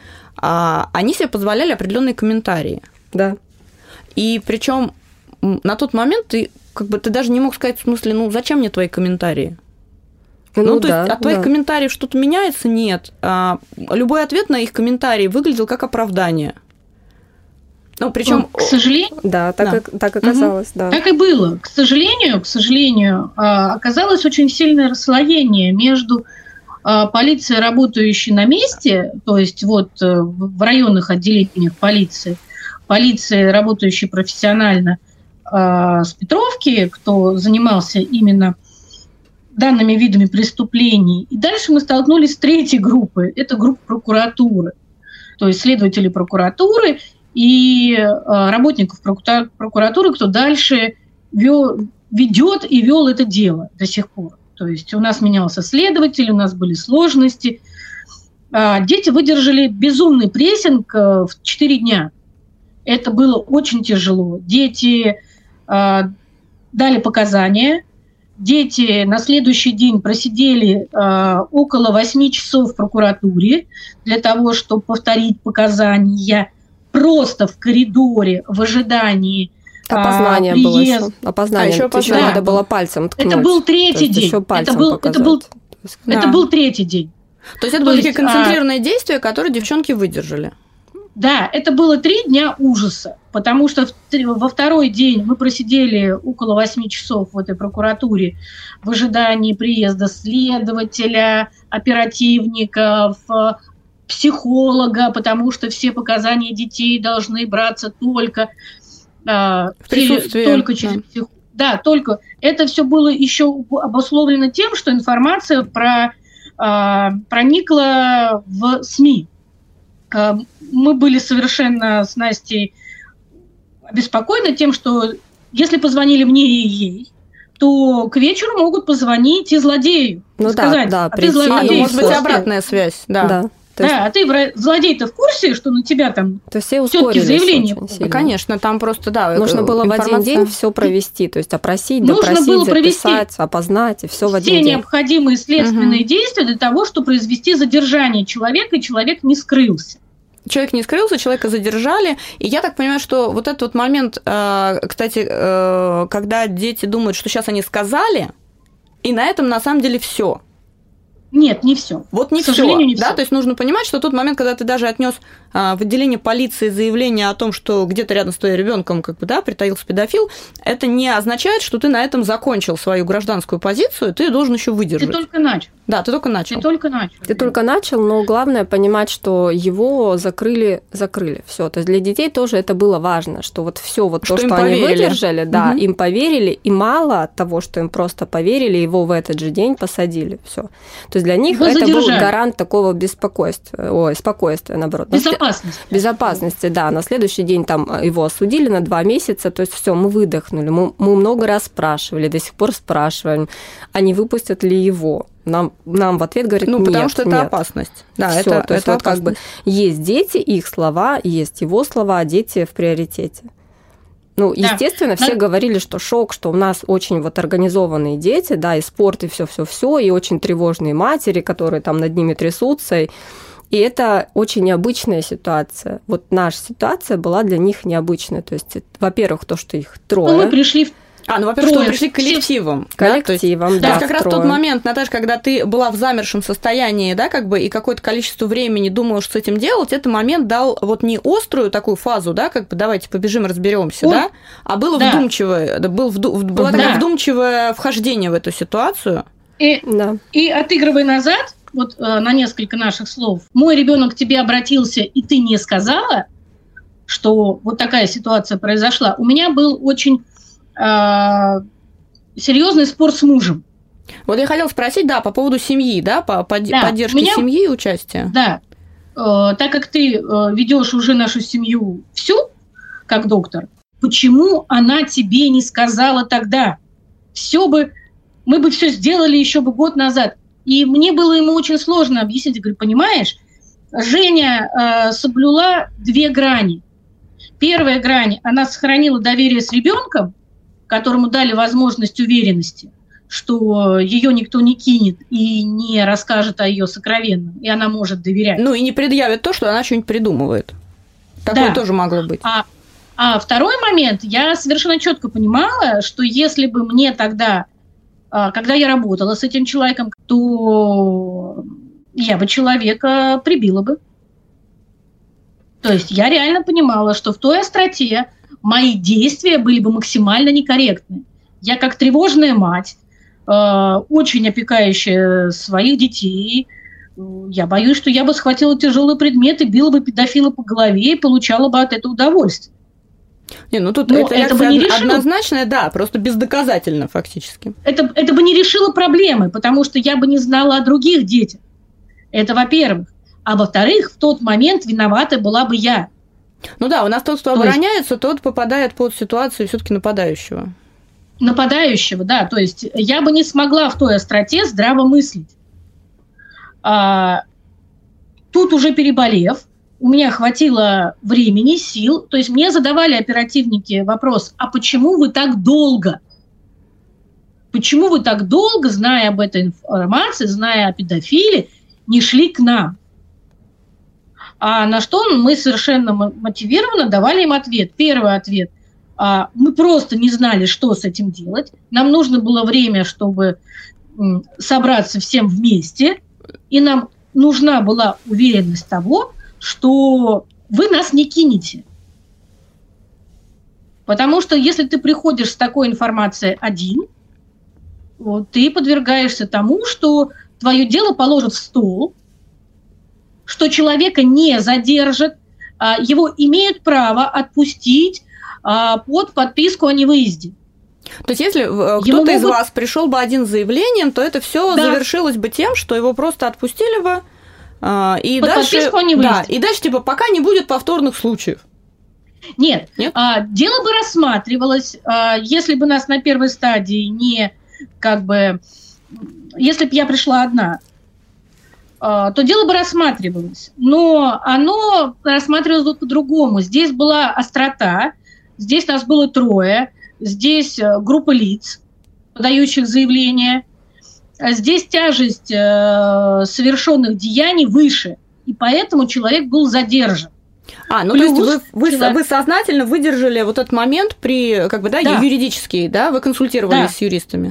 Speaker 2: они себе позволяли определенные комментарии.
Speaker 3: Да.
Speaker 2: И причем на тот момент ты как бы ты даже не мог сказать в смысле, ну зачем мне твои комментарии? Ну, ну то да, есть от твоих да. комментариев что-то меняется? Нет. А, любой ответ на их комментарии выглядел как оправдание. Ну, причем,
Speaker 4: к сожалению,
Speaker 3: да, так, да. И, так оказалось, угу. да.
Speaker 4: Так и было. К сожалению, к сожалению, оказалось очень сильное расслоение между полицией, работающей на месте, то есть вот в районных отделениях полиции, полицией, работающей профессионально с Петровки, кто занимался именно данными видами преступлений. И дальше мы столкнулись с третьей группой. Это группа прокуратуры. То есть следователи прокуратуры и работников прокуратуры, кто дальше вел, ведет и вел это дело до сих пор. То есть у нас менялся следователь, у нас были сложности. Дети выдержали безумный прессинг в четыре дня. Это было очень тяжело. Дети э, дали показания. Дети на следующий день просидели э, около восьми часов в прокуратуре для того, чтобы повторить показания просто в коридоре в ожидании
Speaker 3: опознание
Speaker 4: э,
Speaker 3: было еще. Опознание. А еще, еще да. надо было пальцем ткнуть.
Speaker 4: Это был третий день. Это был, это, был, да. это был третий день.
Speaker 2: То есть это были такие концентрированные а... действия, которые девчонки выдержали.
Speaker 4: Да, это было три дня ужаса, потому что во второй день мы просидели около восьми часов в этой прокуратуре в ожидании приезда следователя, оперативников, психолога, потому что все показания детей должны браться только, в
Speaker 2: присутствии,
Speaker 4: только через
Speaker 2: да.
Speaker 4: психолога. Да, только это все было еще обусловлено тем, что информация про, проникла в СМИ. Мы были совершенно с Настей обеспокоены тем, что если позвонили мне и ей, то к вечеру могут позвонить и злодею.
Speaker 3: Ну
Speaker 4: сказать,
Speaker 3: да, да,
Speaker 4: а ты злодей,
Speaker 2: а, может быть, обратная связь, да.
Speaker 3: да.
Speaker 4: Да, есть... а ты злодей-то в курсе, что на тебя там
Speaker 3: то все ускорились
Speaker 4: заявление?
Speaker 2: Да, конечно, там просто, да.
Speaker 3: Нужно было информация... в один день все провести, то есть опросить, допросить, было записать, опознать, и все в один
Speaker 4: день. Все
Speaker 3: день.
Speaker 4: необходимые следственные угу. действия для того, чтобы произвести задержание человека, и человек не скрылся.
Speaker 2: Человек не скрылся, человека задержали. И я так понимаю, что вот этот вот момент, кстати, когда дети думают, что сейчас они сказали, и на этом на самом деле все.
Speaker 4: Нет, не все.
Speaker 2: Вот не
Speaker 4: все. К сожалению, не
Speaker 2: да?
Speaker 4: все.
Speaker 2: То есть нужно понимать, что тот момент, когда ты даже отнес в отделение полиции заявление о том, что где-то рядом с твоим ребенком как бы, да, притаился педофил, это не означает, что ты на этом закончил свою гражданскую позицию, ты должен еще выдержать.
Speaker 4: Ты только начал.
Speaker 2: Да, ты только начал.
Speaker 4: Ты только начал.
Speaker 3: Ты только начал, но главное понимать, что его закрыли, закрыли. Все. То есть для детей тоже это было важно, что вот все вот
Speaker 2: что
Speaker 3: то, что
Speaker 2: поверили.
Speaker 3: Они выдержали, да,
Speaker 2: угу.
Speaker 3: им поверили, и мало того, что им просто поверили, его в этот же день посадили. Все. То есть для них
Speaker 4: Вы
Speaker 3: это
Speaker 4: задержали.
Speaker 3: был гарант такого беспокойства, ой, спокойствия, наоборот.
Speaker 4: Безопасности.
Speaker 3: Безопасности, да. На следующий день там его осудили на два месяца, то есть все, мы выдохнули, мы, мы много раз спрашивали, до сих пор спрашиваем, а не выпустят ли его. Нам, нам в ответ говорят,
Speaker 2: ну,
Speaker 3: нет,
Speaker 2: потому что это
Speaker 3: нет.
Speaker 2: опасность. Да,
Speaker 3: Всё,
Speaker 2: это,
Speaker 3: то есть
Speaker 2: это
Speaker 3: вот как бы есть дети, их слова, есть его слова, а дети в приоритете. Ну,
Speaker 4: да.
Speaker 3: естественно,
Speaker 4: да.
Speaker 3: все говорили, что шок, что у нас очень вот организованные дети, да, и спорт, и все-все-все, и очень тревожные матери, которые там над ними трясутся, и, и это очень необычная ситуация. Вот наша ситуация была для них необычная. То есть, во-первых, то, что их трое.
Speaker 4: Ну, мы пришли в
Speaker 2: А, ну, во-первых, что вы пришли к коллективам.
Speaker 3: Коллективам,
Speaker 2: да.
Speaker 3: да.
Speaker 2: То есть, как раз тот момент, Наташа, когда ты была в замершем состоянии, да, как бы, и какое-то количество времени думала, что с этим делать, этот момент дал вот не острую такую фазу, да, как бы, давайте побежим, разберемся, да, а было да. вдумчивое, был вду, было да. такое вдумчивое вхождение в эту ситуацию.
Speaker 4: И, да. и отыгрывая назад, вот э, на несколько наших слов, мой ребенок к тебе обратился, и ты не сказала, что вот такая ситуация произошла. У меня был очень серьезный спор с мужем.
Speaker 2: Вот я хотела спросить, да, по поводу семьи, да, по под, да, поддержки меня, семьи и участия.
Speaker 4: Да, э, так как ты э, ведешь уже нашу семью всю, как доктор, почему она тебе не сказала тогда? Все бы, мы бы все сделали еще бы год назад. И мне было ему очень сложно объяснить. Я говорю, понимаешь, Женя э, соблюла две грани. Первая грань, она сохранила доверие с ребенком, которому дали возможность уверенности, что ее никто не кинет и не расскажет о ее сокровенном, и она может доверять.
Speaker 2: Ну и не предъявит то, что она что-нибудь придумывает. Такое да. тоже могло быть.
Speaker 4: А, а второй момент, я совершенно четко понимала, что если бы мне тогда, когда я работала с этим человеком, то я бы человека прибила бы. То есть я реально понимала, что в той остроте мои действия были бы максимально некорректны. Я как тревожная мать, э, очень опекающая своих детей, э, я боюсь, что я бы схватила тяжелые предметы, била бы педофила по голове и получала бы от этого удовольствие.
Speaker 2: Не, ну тут
Speaker 4: Но
Speaker 2: это,
Speaker 4: это бы не решило.
Speaker 2: Однозначно, да, просто бездоказательно фактически.
Speaker 4: Это, это бы не решило проблемы, потому что я бы не знала о других детях. Это во-первых. А во-вторых, в тот момент виновата была бы я.
Speaker 2: Ну да, у нас тот, кто то обороняется, есть... тот попадает под ситуацию все-таки нападающего.
Speaker 4: Нападающего, да. То есть я бы не смогла в той остроте здраво мыслить. А, тут уже переболев, у меня хватило времени, сил. То есть мне задавали оперативники вопрос, а почему вы так долго? Почему вы так долго, зная об этой информации, зная о педофиле, не шли к нам? А на что мы совершенно мотивированно давали им ответ. Первый ответ. Мы просто не знали, что с этим делать. Нам нужно было время, чтобы собраться всем вместе. И нам нужна была уверенность того, что вы нас не кинете. Потому что если ты приходишь с такой информацией один, вот, ты подвергаешься тому, что твое дело положат в стол, что человека не задержат, его имеют право отпустить под подписку о невыезде.
Speaker 2: То есть, если кто-то могут... из вас пришел бы один с заявлением, то это все да. завершилось бы тем, что его просто отпустили бы, и
Speaker 4: под
Speaker 2: дальше,
Speaker 4: подписку о невыезде.
Speaker 2: Да, и дальше, типа, пока не будет повторных случаев.
Speaker 4: Нет, Нет? А, дело бы рассматривалось, а, если бы нас на первой стадии не, как бы, если бы я пришла одна, а, то дело бы рассматривалось. Но оно рассматривалось по-другому. Здесь была острота, здесь нас было трое, здесь группа лиц, подающих заявление, а здесь тяжесть э, совершенных деяний выше, и поэтому человек был задержан.
Speaker 2: А, ну Плюс, то есть вы, вы, вы сознательно выдержали вот этот момент при, как бы, да, да. юридический, да, вы консультировались да. с юристами?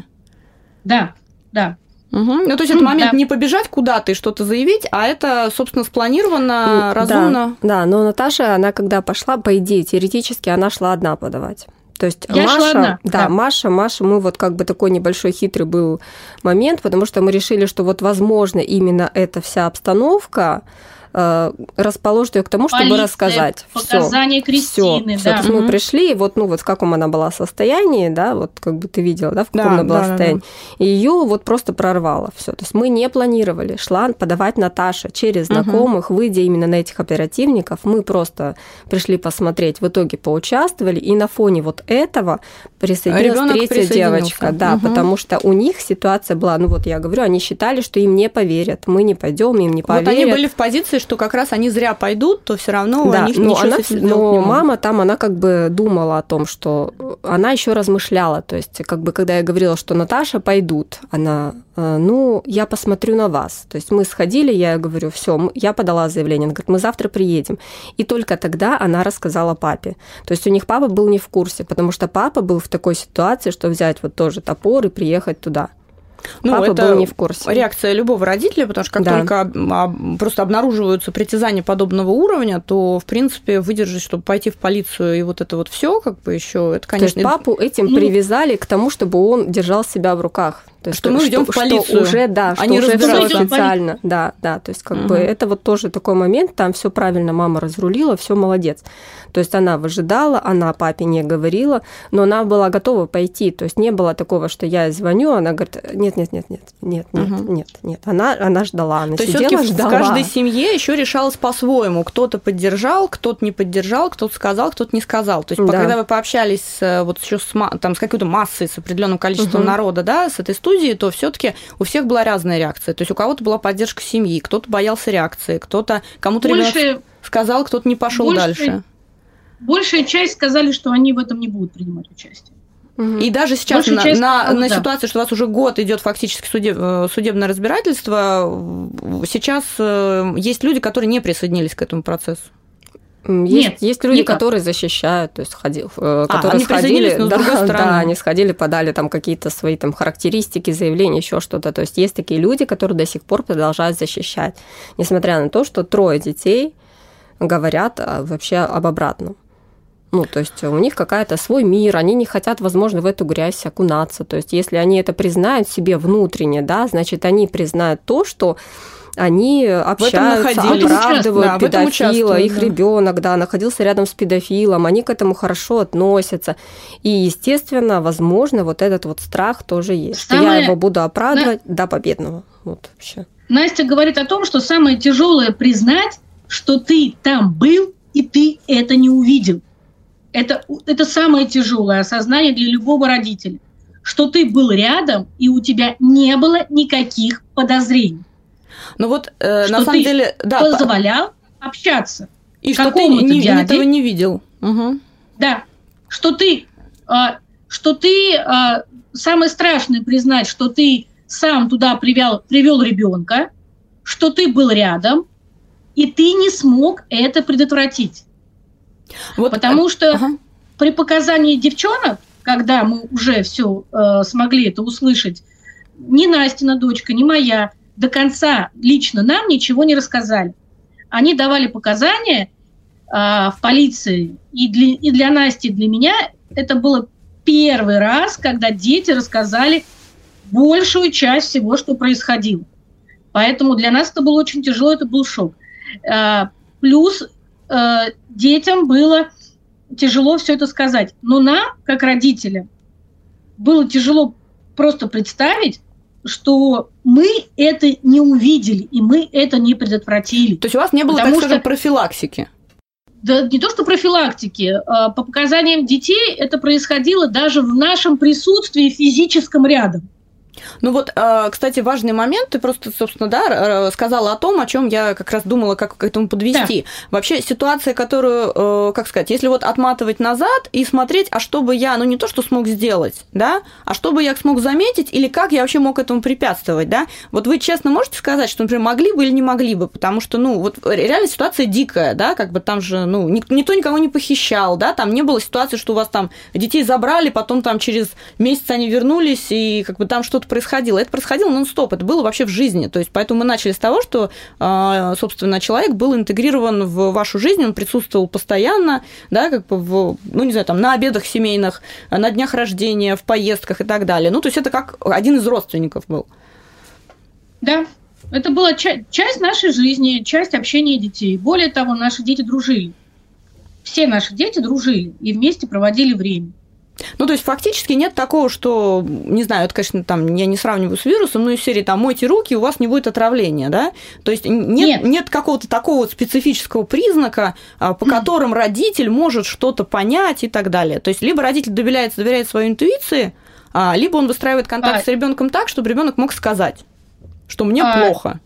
Speaker 4: Да, да.
Speaker 2: Угу. Ну, то есть это момент да. не побежать куда-то и что-то заявить, а это, собственно, спланировано, разумно.
Speaker 3: Да, да, но Наташа, она когда пошла, по идее, теоретически, она шла одна подавать. То есть
Speaker 4: Я
Speaker 3: Маша,
Speaker 4: шла одна,
Speaker 3: да,
Speaker 4: да,
Speaker 3: Маша, Маша, мы вот как бы такой небольшой хитрый был момент, потому что мы решили, что вот возможно именно эта вся обстановка расположит ее к тому, чтобы
Speaker 4: Полиция,
Speaker 3: рассказать.
Speaker 4: Показания
Speaker 3: всё,
Speaker 4: Кристины.
Speaker 3: Всё.
Speaker 4: Да.
Speaker 3: То есть мы пришли, вот, ну, вот в каком она была состоянии, да, вот как бы ты видела, да, в каком
Speaker 2: да,
Speaker 3: она была
Speaker 2: да,
Speaker 3: состоянии.
Speaker 2: Да,
Speaker 3: да. И ее вот просто прорвало все. То есть мы не планировали, шла подавать Наташа через знакомых, угу. выйдя именно на этих оперативников. Мы просто пришли посмотреть, в итоге поучаствовали, и на фоне вот этого присоединилась третья девочка. Да, угу. потому что у них ситуация была, ну вот я говорю, они считали, что им не поверят, мы не пойдем, им не поверят.
Speaker 2: Вот они были в позиции, что как раз они зря пойдут, то все равно
Speaker 3: да,
Speaker 2: у них
Speaker 3: но
Speaker 2: ничего
Speaker 3: она,
Speaker 2: с этим сделать
Speaker 3: но
Speaker 2: не могут.
Speaker 3: Мама там, она как бы думала о том, что она еще размышляла, то есть как бы когда я говорила, что Наташа пойдут, она, ну, я посмотрю на вас. То есть мы сходили, я говорю, все, я подала заявление, она говорит, мы завтра приедем. И только тогда она рассказала папе. То есть у них папа был не в курсе, потому что папа был в такой ситуации, что взять вот тоже топор и приехать туда.
Speaker 2: Ну,
Speaker 3: Папа
Speaker 2: это
Speaker 3: был не в курсе.
Speaker 2: Реакция любого родителя, потому что как
Speaker 3: да.
Speaker 2: только просто обнаруживаются притязания подобного уровня, то, в принципе, выдержать, чтобы пойти в полицию и вот это вот все, как бы еще, это, конечно...
Speaker 3: То есть папу этим ну, привязали к тому, чтобы он держал себя в руках. То есть,
Speaker 2: что мы идем в полицию.
Speaker 3: Что уже, да, что
Speaker 2: Они
Speaker 3: уже все
Speaker 2: разбираются.
Speaker 3: официально. Да, да, то есть как угу. бы это вот тоже такой момент, там все правильно мама разрулила, все молодец. То есть она выжидала, она папе не говорила, но она была готова пойти. То есть не было такого, что я звоню, она говорит, нет, нет, нет, нет, нет, нет, угу. нет, нет. Она, она ждала, она
Speaker 2: То
Speaker 3: сидела,
Speaker 2: есть
Speaker 3: ждала.
Speaker 2: В каждой семье еще решалось по-своему. Кто-то поддержал, кто-то не поддержал, кто-то сказал, кто-то не сказал. То есть да. когда вы пообщались с, вот еще с, там, с какой-то массой, с определенным количеством угу. народа, да, с этой студией, то все-таки у всех была разная реакция. То есть у кого-то была поддержка семьи, кто-то боялся реакции, кто-то кому-то ребенок сказал, кто-то не пошел дальше.
Speaker 4: Большая часть сказали, что они в этом не будут принимать участие.
Speaker 2: И даже сейчас на,
Speaker 4: часть,
Speaker 2: на,
Speaker 4: ну,
Speaker 2: на
Speaker 4: да.
Speaker 2: ситуацию, что у вас уже год идет фактически судеб, судебное разбирательство, сейчас есть люди, которые не присоединились к этому процессу.
Speaker 3: Есть, Нет, есть люди, никак. которые защищают, то есть ходил, а, которые
Speaker 2: они
Speaker 3: сходили,
Speaker 2: но с
Speaker 3: да,
Speaker 2: другой стороны.
Speaker 3: да, они сходили, подали там какие-то свои там характеристики, заявления, еще что-то. То есть есть такие люди, которые до сих пор продолжают защищать, несмотря на то, что трое детей говорят вообще об обратном. Ну, то есть у них какая-то свой мир, они не хотят, возможно, в эту грязь окунаться. То есть если они это признают себе внутренне, да, значит, они признают то, что они общаются, оправдывают да, педофила, их да. ребенок, да, находился рядом с педофилом, они к этому хорошо относятся. И, естественно, возможно, вот этот вот страх тоже есть. Самое... Я его буду оправдывать да. до победного. Вот вообще.
Speaker 4: Настя говорит о том, что самое тяжелое признать, что ты там был, и ты это не увидел. Это, это самое тяжелое осознание для любого родителя, что ты был рядом, и у тебя не было никаких подозрений.
Speaker 2: Ну вот, э,
Speaker 4: что
Speaker 2: на самом
Speaker 4: ты
Speaker 2: деле, да,
Speaker 4: позволял общаться.
Speaker 2: И что ты не, дяде, этого не видел. Угу.
Speaker 4: Да, что ты, э, что ты э, самое страшное признать, что ты сам туда привел, привел ребенка, что ты был рядом, и ты не смог это предотвратить. Вот, Потому что ага. при показании девчонок, когда мы уже все э, смогли это услышать, ни Настина дочка, ни моя до конца лично нам ничего не рассказали. Они давали показания э, в полиции, и для, и для Насти, и для меня это было первый раз, когда дети рассказали большую часть всего, что происходило. Поэтому для нас это было очень тяжело, это был шок. Плюс детям было тяжело все это сказать. Но нам, как родителям, было тяжело просто представить, что мы это не увидели, и мы это не предотвратили.
Speaker 2: То есть у вас не было, так скажем, профилактики?
Speaker 4: Да не то, что профилактики. По показаниям детей это происходило даже в нашем присутствии физическом рядом.
Speaker 2: Ну вот, кстати, важный момент, ты просто, собственно, да, сказала о том, о чем я как раз думала, как к этому подвести. Да. Вообще ситуация, которую, как сказать, если вот отматывать назад и смотреть, а что бы я, ну не то, что смог сделать, да, а что бы я смог заметить или как я вообще мог этому препятствовать, да. Вот вы честно можете сказать, что, например, могли бы или не могли бы, потому что, ну, вот реально ситуация дикая, да, как бы там же, ну, никто никого не похищал, да, там не было ситуации, что у вас там детей забрали, потом там через месяц они вернулись, и как бы там что-то происходило. Это происходило нон-стоп, это было вообще в жизни. То есть, поэтому мы начали с того, что, собственно, человек был интегрирован в вашу жизнь, он присутствовал постоянно, да, как бы в, ну, не знаю, там, на обедах семейных, на днях рождения, в поездках и так далее. Ну, то есть, это как один из родственников был.
Speaker 4: Да, это была ча- часть нашей жизни, часть общения детей. Более того, наши дети дружили. Все наши дети дружили и вместе проводили время.
Speaker 2: Ну, то есть, фактически нет такого, что, не знаю, это, конечно, там, я не сравниваю с вирусом, но из серии, там, мойте руки, у вас не будет отравления, да? То есть, нет, нет. нет какого-то такого специфического признака, по которым родитель может что-то понять и так далее. То есть, либо родитель доверяет, доверяет своей интуиции, либо он выстраивает контакт а... с ребенком так, чтобы ребенок мог сказать, что мне а... плохо.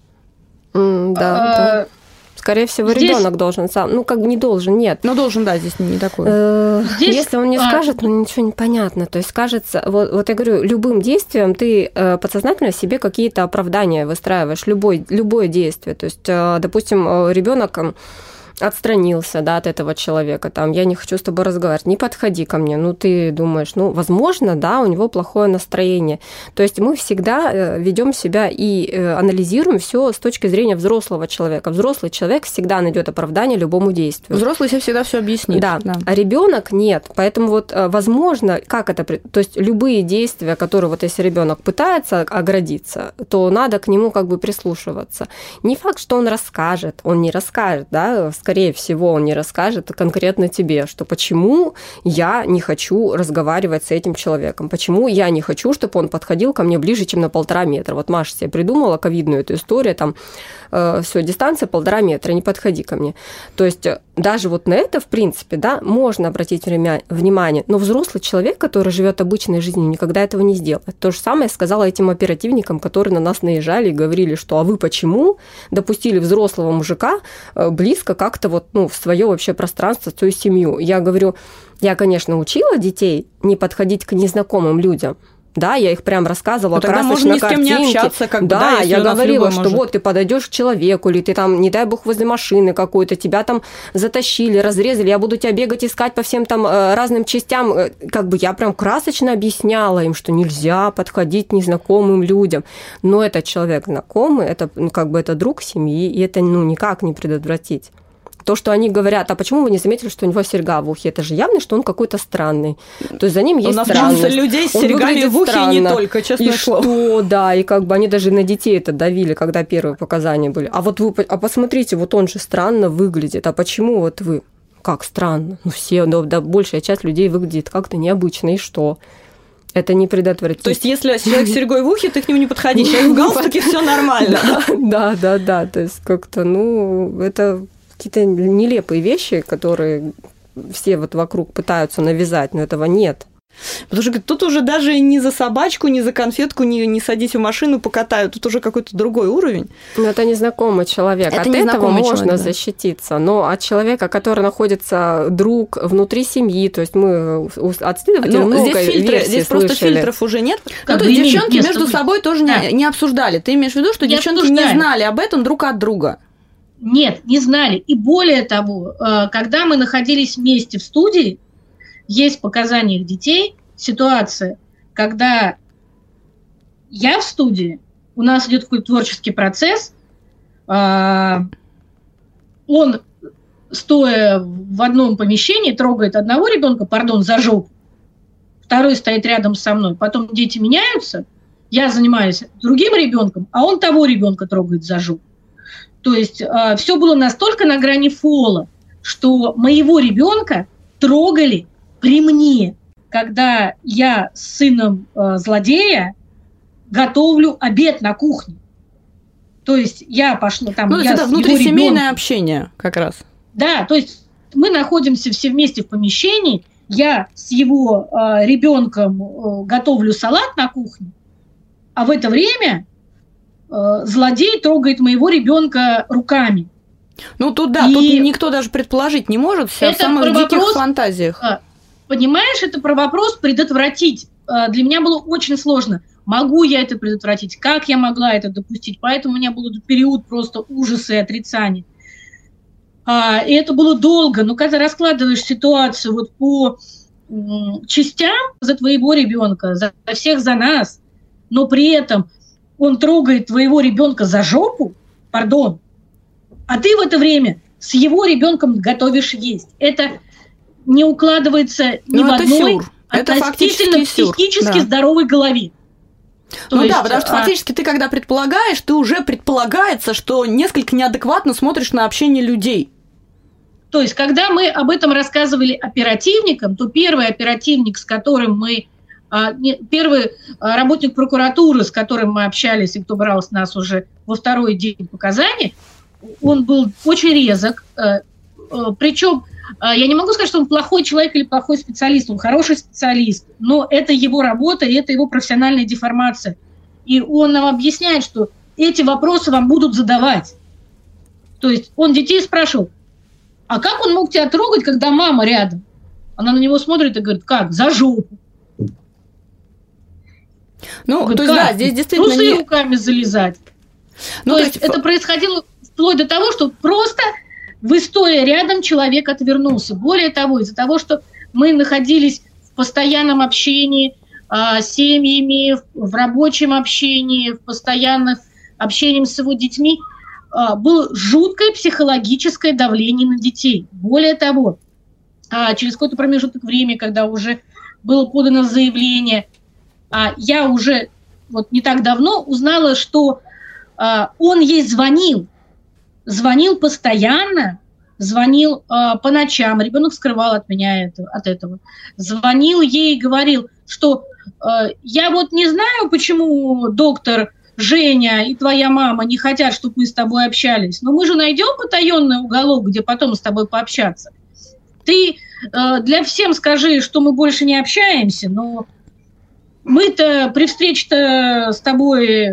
Speaker 3: Mm, да, а... да. Скорее всего, здесь... ребенок должен сам. Ну, как бы не должен, нет.
Speaker 2: Но должен, да, здесь не такой.
Speaker 3: Здесь... Если он не а... скажет, ну, ничего не понятно. То есть, кажется, вот, вот я говорю, любым действием ты подсознательно себе какие-то оправдания выстраиваешь, любой, любое действие. То есть, допустим, ребенок отстранился, да, от этого человека, там, я не хочу с тобой разговаривать, не подходи ко мне, ну, ты думаешь, ну, возможно, да, у него плохое настроение. То есть мы всегда ведем себя и анализируем все с точки зрения взрослого человека. Взрослый человек всегда найдет оправдание любому действию.
Speaker 2: Взрослый себе всегда все объяснит.
Speaker 3: Да, да. А ребенок нет. Поэтому вот, возможно, как это, то есть любые действия, которые вот если ребенок пытается оградиться, то надо к нему как бы прислушиваться. Не факт, что он расскажет, он не расскажет, да, скорее всего, он не расскажет конкретно тебе, что почему я не хочу разговаривать с этим человеком, почему я не хочу, чтобы он подходил ко мне ближе, чем на полтора метра. Вот Маша себе придумала ковидную эту историю, там, э, все, дистанция полтора метра, не подходи ко мне. То есть даже вот на это, в принципе, да, можно обратить время, внимание, но взрослый человек, который живет обычной жизнью, никогда этого не сделает. То же самое я сказала этим оперативникам, которые на нас наезжали и говорили, что а вы почему допустили взрослого мужика близко как-то вот, ну, в свое вообще пространство, в свою семью. Я говорю, я, конечно, учила детей не подходить к незнакомым людям. Да, я их прям рассказывала красочно,
Speaker 2: картинки. Тогда можно ни с кем не общаться, как бы,
Speaker 3: да,
Speaker 2: да,
Speaker 3: я говорила, что
Speaker 2: может.
Speaker 3: вот ты подойдешь к человеку, или ты там, не дай бог, возле машины какой-то, тебя там затащили, разрезали, я буду тебя бегать, искать по всем там разным частям. Как бы я прям красочно объясняла им, что нельзя подходить к незнакомым людям. Но этот человек знакомый, это, ну, как бы это друг семьи, и это, ну, никак не предотвратить. То, что они говорят, а почему вы не заметили, что у него серьга в ухе? Это же явно, что он какой-то странный. То есть за ним есть странность.
Speaker 2: У нас людей с серьгами в ухе странно. Не только, честное
Speaker 3: и
Speaker 2: слово.
Speaker 3: И что, да, и как бы они даже на детей это давили, когда первые показания были. А вот вы, а посмотрите, вот он же странно выглядит. А почему вот вы? Как странно? Ну все, да, да, большая часть людей выглядит как-то необычно, и что? Это не предотвратить.
Speaker 2: То есть, если человек с серьгой в ухе, ты к нему не подходи. Человек в галстуке, все нормально.
Speaker 3: Да, да, да. То есть, как-то, ну, это какие-то нелепые вещи, которые все вот вокруг пытаются навязать, но этого нет.
Speaker 2: Потому что тут уже даже не за собачку, не за конфетку, не, не садись в машину, покатают. Тут уже какой-то другой уровень.
Speaker 3: Но это незнакомый человек. Это от этого можно человек, да. защититься. Но от человека, который находится друг внутри семьи, то есть мы от следователя ну, много
Speaker 2: здесь фильтры,
Speaker 3: версий
Speaker 2: здесь
Speaker 3: слышали.
Speaker 2: Просто фильтров уже нет. Ну, то есть девчонки нет, между нет, собой тоже да. не, не обсуждали. Ты имеешь в виду, что не девчонки обсуждали. Не знали об этом друг от друга?
Speaker 4: Нет, не знали. И более того, когда мы находились вместе в студии, есть в показаниях детей ситуация, когда я в студии, у нас идет какой-то творческий процесс, он, стоя в одном помещении, трогает одного ребенка, пардон, за жопу, второй стоит рядом со мной, потом дети меняются, я занимаюсь другим ребенком, а он того ребенка трогает за жопу. То есть э, все было настолько на грани фола, что моего ребенка трогали при мне, когда я с сыном э, злодея готовлю обед на кухне. То есть я пошла там...
Speaker 2: Ну,
Speaker 4: я
Speaker 2: это внутрисемейное общение как раз.
Speaker 4: Да, то есть мы находимся все вместе в помещении, я с его э, ребенком э, готовлю салат на кухне, а в это время э, злодей трогает моего ребенка руками.
Speaker 2: Ну, тут да, и тут никто даже предположить не может, вся в самых диких вопрос, фантазиях.
Speaker 4: Понимаешь, это про вопрос предотвратить. Для меня было очень сложно. Могу я это предотвратить? Как я могла это допустить? Поэтому у меня был период просто ужаса и отрицания. И это было долго. Но когда раскладываешь ситуацию вот по частям за твоего ребенка, за всех за нас, но при этом он трогает твоего ребенка за жопу, пардон, а ты в это время с его ребенком готовишь есть. Это не укладывается ни ну, в одной
Speaker 2: сюр.
Speaker 4: относительно психически да. здоровой голове.
Speaker 2: То ну есть, да, потому что а... фактически ты, когда предполагаешь, ты уже предполагается, что несколько неадекватно смотришь на общение людей.
Speaker 4: То есть, когда мы об этом рассказывали оперативникам, то первый оперативник, с которым мы... Первый работник прокуратуры, с которым мы общались, и кто брал с нас уже во второй день показаний, он был очень резок. Причем я не могу сказать, что он плохой человек или плохой специалист, он хороший специалист, но это его работа и это его профессиональная деформация. И он нам объясняет, что эти вопросы вам будут задавать. То есть он детей спрашивал, а как он мог тебя трогать, когда мама рядом? Она на него смотрит и говорит, как? За жопу.
Speaker 2: Ну, говорит, то есть,
Speaker 4: как?
Speaker 2: да, здесь действительно...
Speaker 4: Трусы
Speaker 2: не...
Speaker 4: руками залезать.
Speaker 2: Ну,
Speaker 4: то,
Speaker 2: то
Speaker 4: есть,
Speaker 2: есть
Speaker 4: это происходило вплоть до того, что просто вы, стоя рядом, человек отвернулся. Более того, из-за того, что мы находились в постоянном общении а, с семьями, в рабочем общении, в постоянном общении с его детьми, а, было жуткое психологическое давление на детей. Более того, а, через какой-то промежуток времени, когда уже было подано заявление, а, я уже вот не так давно узнала, что а, он ей звонил. Звонил постоянно, звонил э, по ночам, ребенок скрывал от меня это, от этого. Звонил ей и говорил, что э, я вот не знаю, почему доктор Женя и твоя мама не хотят, чтобы мы с тобой общались, но мы же найдем потаенный уголок, где потом с тобой пообщаться. Ты э, для всем скажи, что мы больше не общаемся, но мы-то при встрече-то с тобой...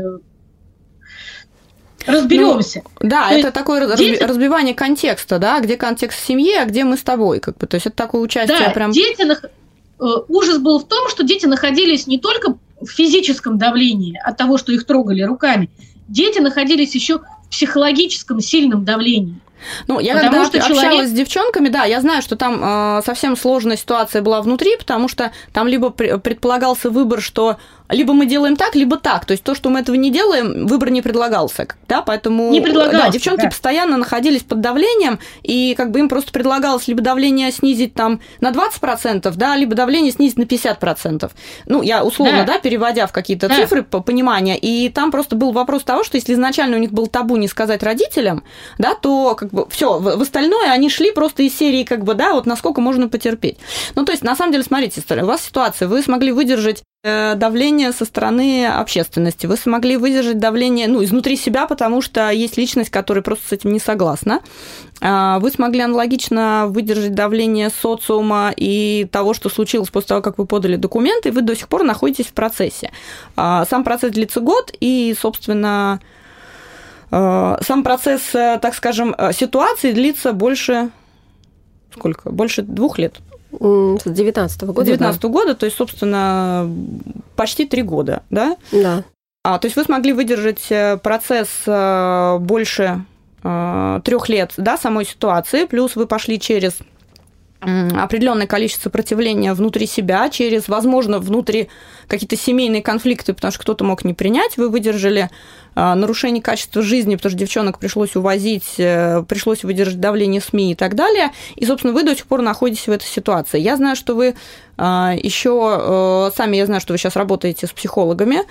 Speaker 4: разберемся.
Speaker 2: Ну, да,
Speaker 4: то
Speaker 2: это такое дети... разбивание контекста, да, где контекст семьи, а где мы с тобой, как бы, то есть это такое участие
Speaker 4: да,
Speaker 2: прям.
Speaker 4: Дети нах... Ужас был в том, что дети находились не только в физическом давлении от того, что их трогали руками, дети находились еще в психологическом сильном давлении.
Speaker 2: Ну, я
Speaker 4: потому
Speaker 2: когда
Speaker 4: что
Speaker 2: общалась
Speaker 4: человек...
Speaker 2: с девчонками, да, я знаю, что там э, совсем сложная ситуация была внутри, потому что там либо предполагался выбор, что либо мы делаем так, либо так. То есть то, что мы этого не делаем, выбор не предлагался. Да, поэтому
Speaker 4: не предлагался,
Speaker 2: да, девчонки
Speaker 4: да.
Speaker 2: постоянно находились под давлением, и как бы им просто предлагалось либо давление снизить там на двадцать процентов, да, либо давление снизить на пятьдесят процентов. Ну, я условно, да, да переводя в какие-то да. цифры по понимания, и там просто был вопрос того, что если изначально у них был табу не сказать родителям, да, то как бы все, в остальное они шли просто из серии, как бы, да, вот насколько можно потерпеть. Ну, то есть, на самом деле, смотрите, у вас ситуация, вы смогли выдержать давление со стороны общественности, вы смогли выдержать давление, ну, изнутри себя, потому что есть личность, которая просто с этим не согласна. Вы смогли аналогично выдержать давление социума и того, что случилось после того, как вы подали документы, и вы до сих пор находитесь в процессе. Сам процесс длится год, и, собственно, сам процесс, так скажем, ситуации длится больше... Сколько? Больше двух лет.
Speaker 3: С девятнадцатого года.
Speaker 2: С девятнадцатого да. года, то есть, собственно, почти три года, да?
Speaker 3: Да.
Speaker 2: А, то есть вы смогли выдержать процесс больше трех лет, да, самой ситуации, плюс вы пошли через определенное количество сопротивления внутри себя, через, возможно, внутри какие-то семейные конфликты, потому что кто-то мог не принять, вы выдержали нарушение качества жизни, потому что девчонок пришлось увозить, пришлось выдержать давление СМИ и так далее, и, собственно, вы до сих пор находитесь в этой ситуации. Я знаю, что вы еще, сами я знаю, что вы сейчас работаете с психологами,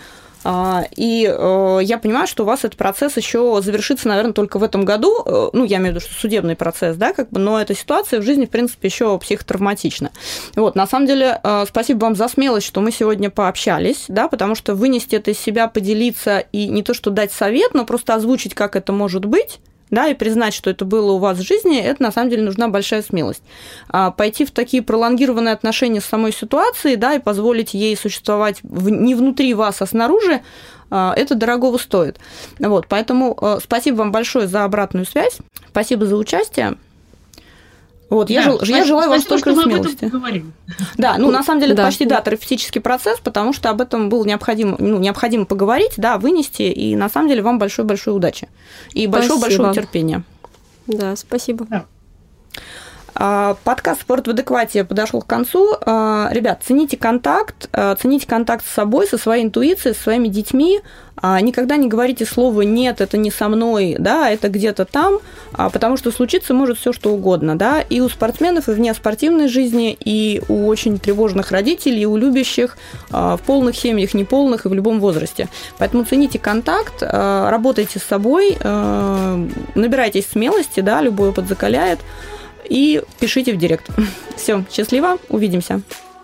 Speaker 2: И я понимаю, что у вас этот процесс еще завершится, наверное, только в этом году. Ну, я имею в виду, что судебный процесс, да, как бы, но эта ситуация в жизни, в принципе, еще психотравматична. Вот, на самом деле, спасибо вам за смелость, что мы сегодня пообщались, да, потому что вынести это из себя, поделиться и не то, что дать совет, но просто озвучить, как это может быть, да, и признать, что это было у вас в жизни, это на самом деле нужна большая смелость. Пойти в такие пролонгированные отношения с самой ситуацией, да, и позволить ей существовать не внутри вас, а снаружи, это дорогого стоит. Вот, поэтому спасибо вам большое за обратную связь, спасибо за участие. Вот, да, я, жел, я желаю вам столько смелости. Да, ну, на самом деле, да. Это почти, да, терапевтический процесс, потому что об этом было необходимо, ну, необходимо поговорить, да, вынести, и, на самом деле, вам большой-большой удачи. И большого-большого терпения.
Speaker 3: Да, спасибо. Да.
Speaker 2: Подкаст «Спорт в адеквате» подошел к концу. Ребят, цените контакт, цените контакт с собой, со своей интуицией, со своими детьми. Никогда не говорите слово «нет, это не со мной», да, это где-то там, потому что случиться может все что угодно, да, и у спортсменов, и вне спортивной жизни, и у очень тревожных родителей, и у любящих, в полных семьях, неполных, и в любом возрасте. Поэтому цените контакт, работайте с собой, набирайтесь смелости, да, любой опыт закаляет, и пишите в директ. Все, счастливо, увидимся.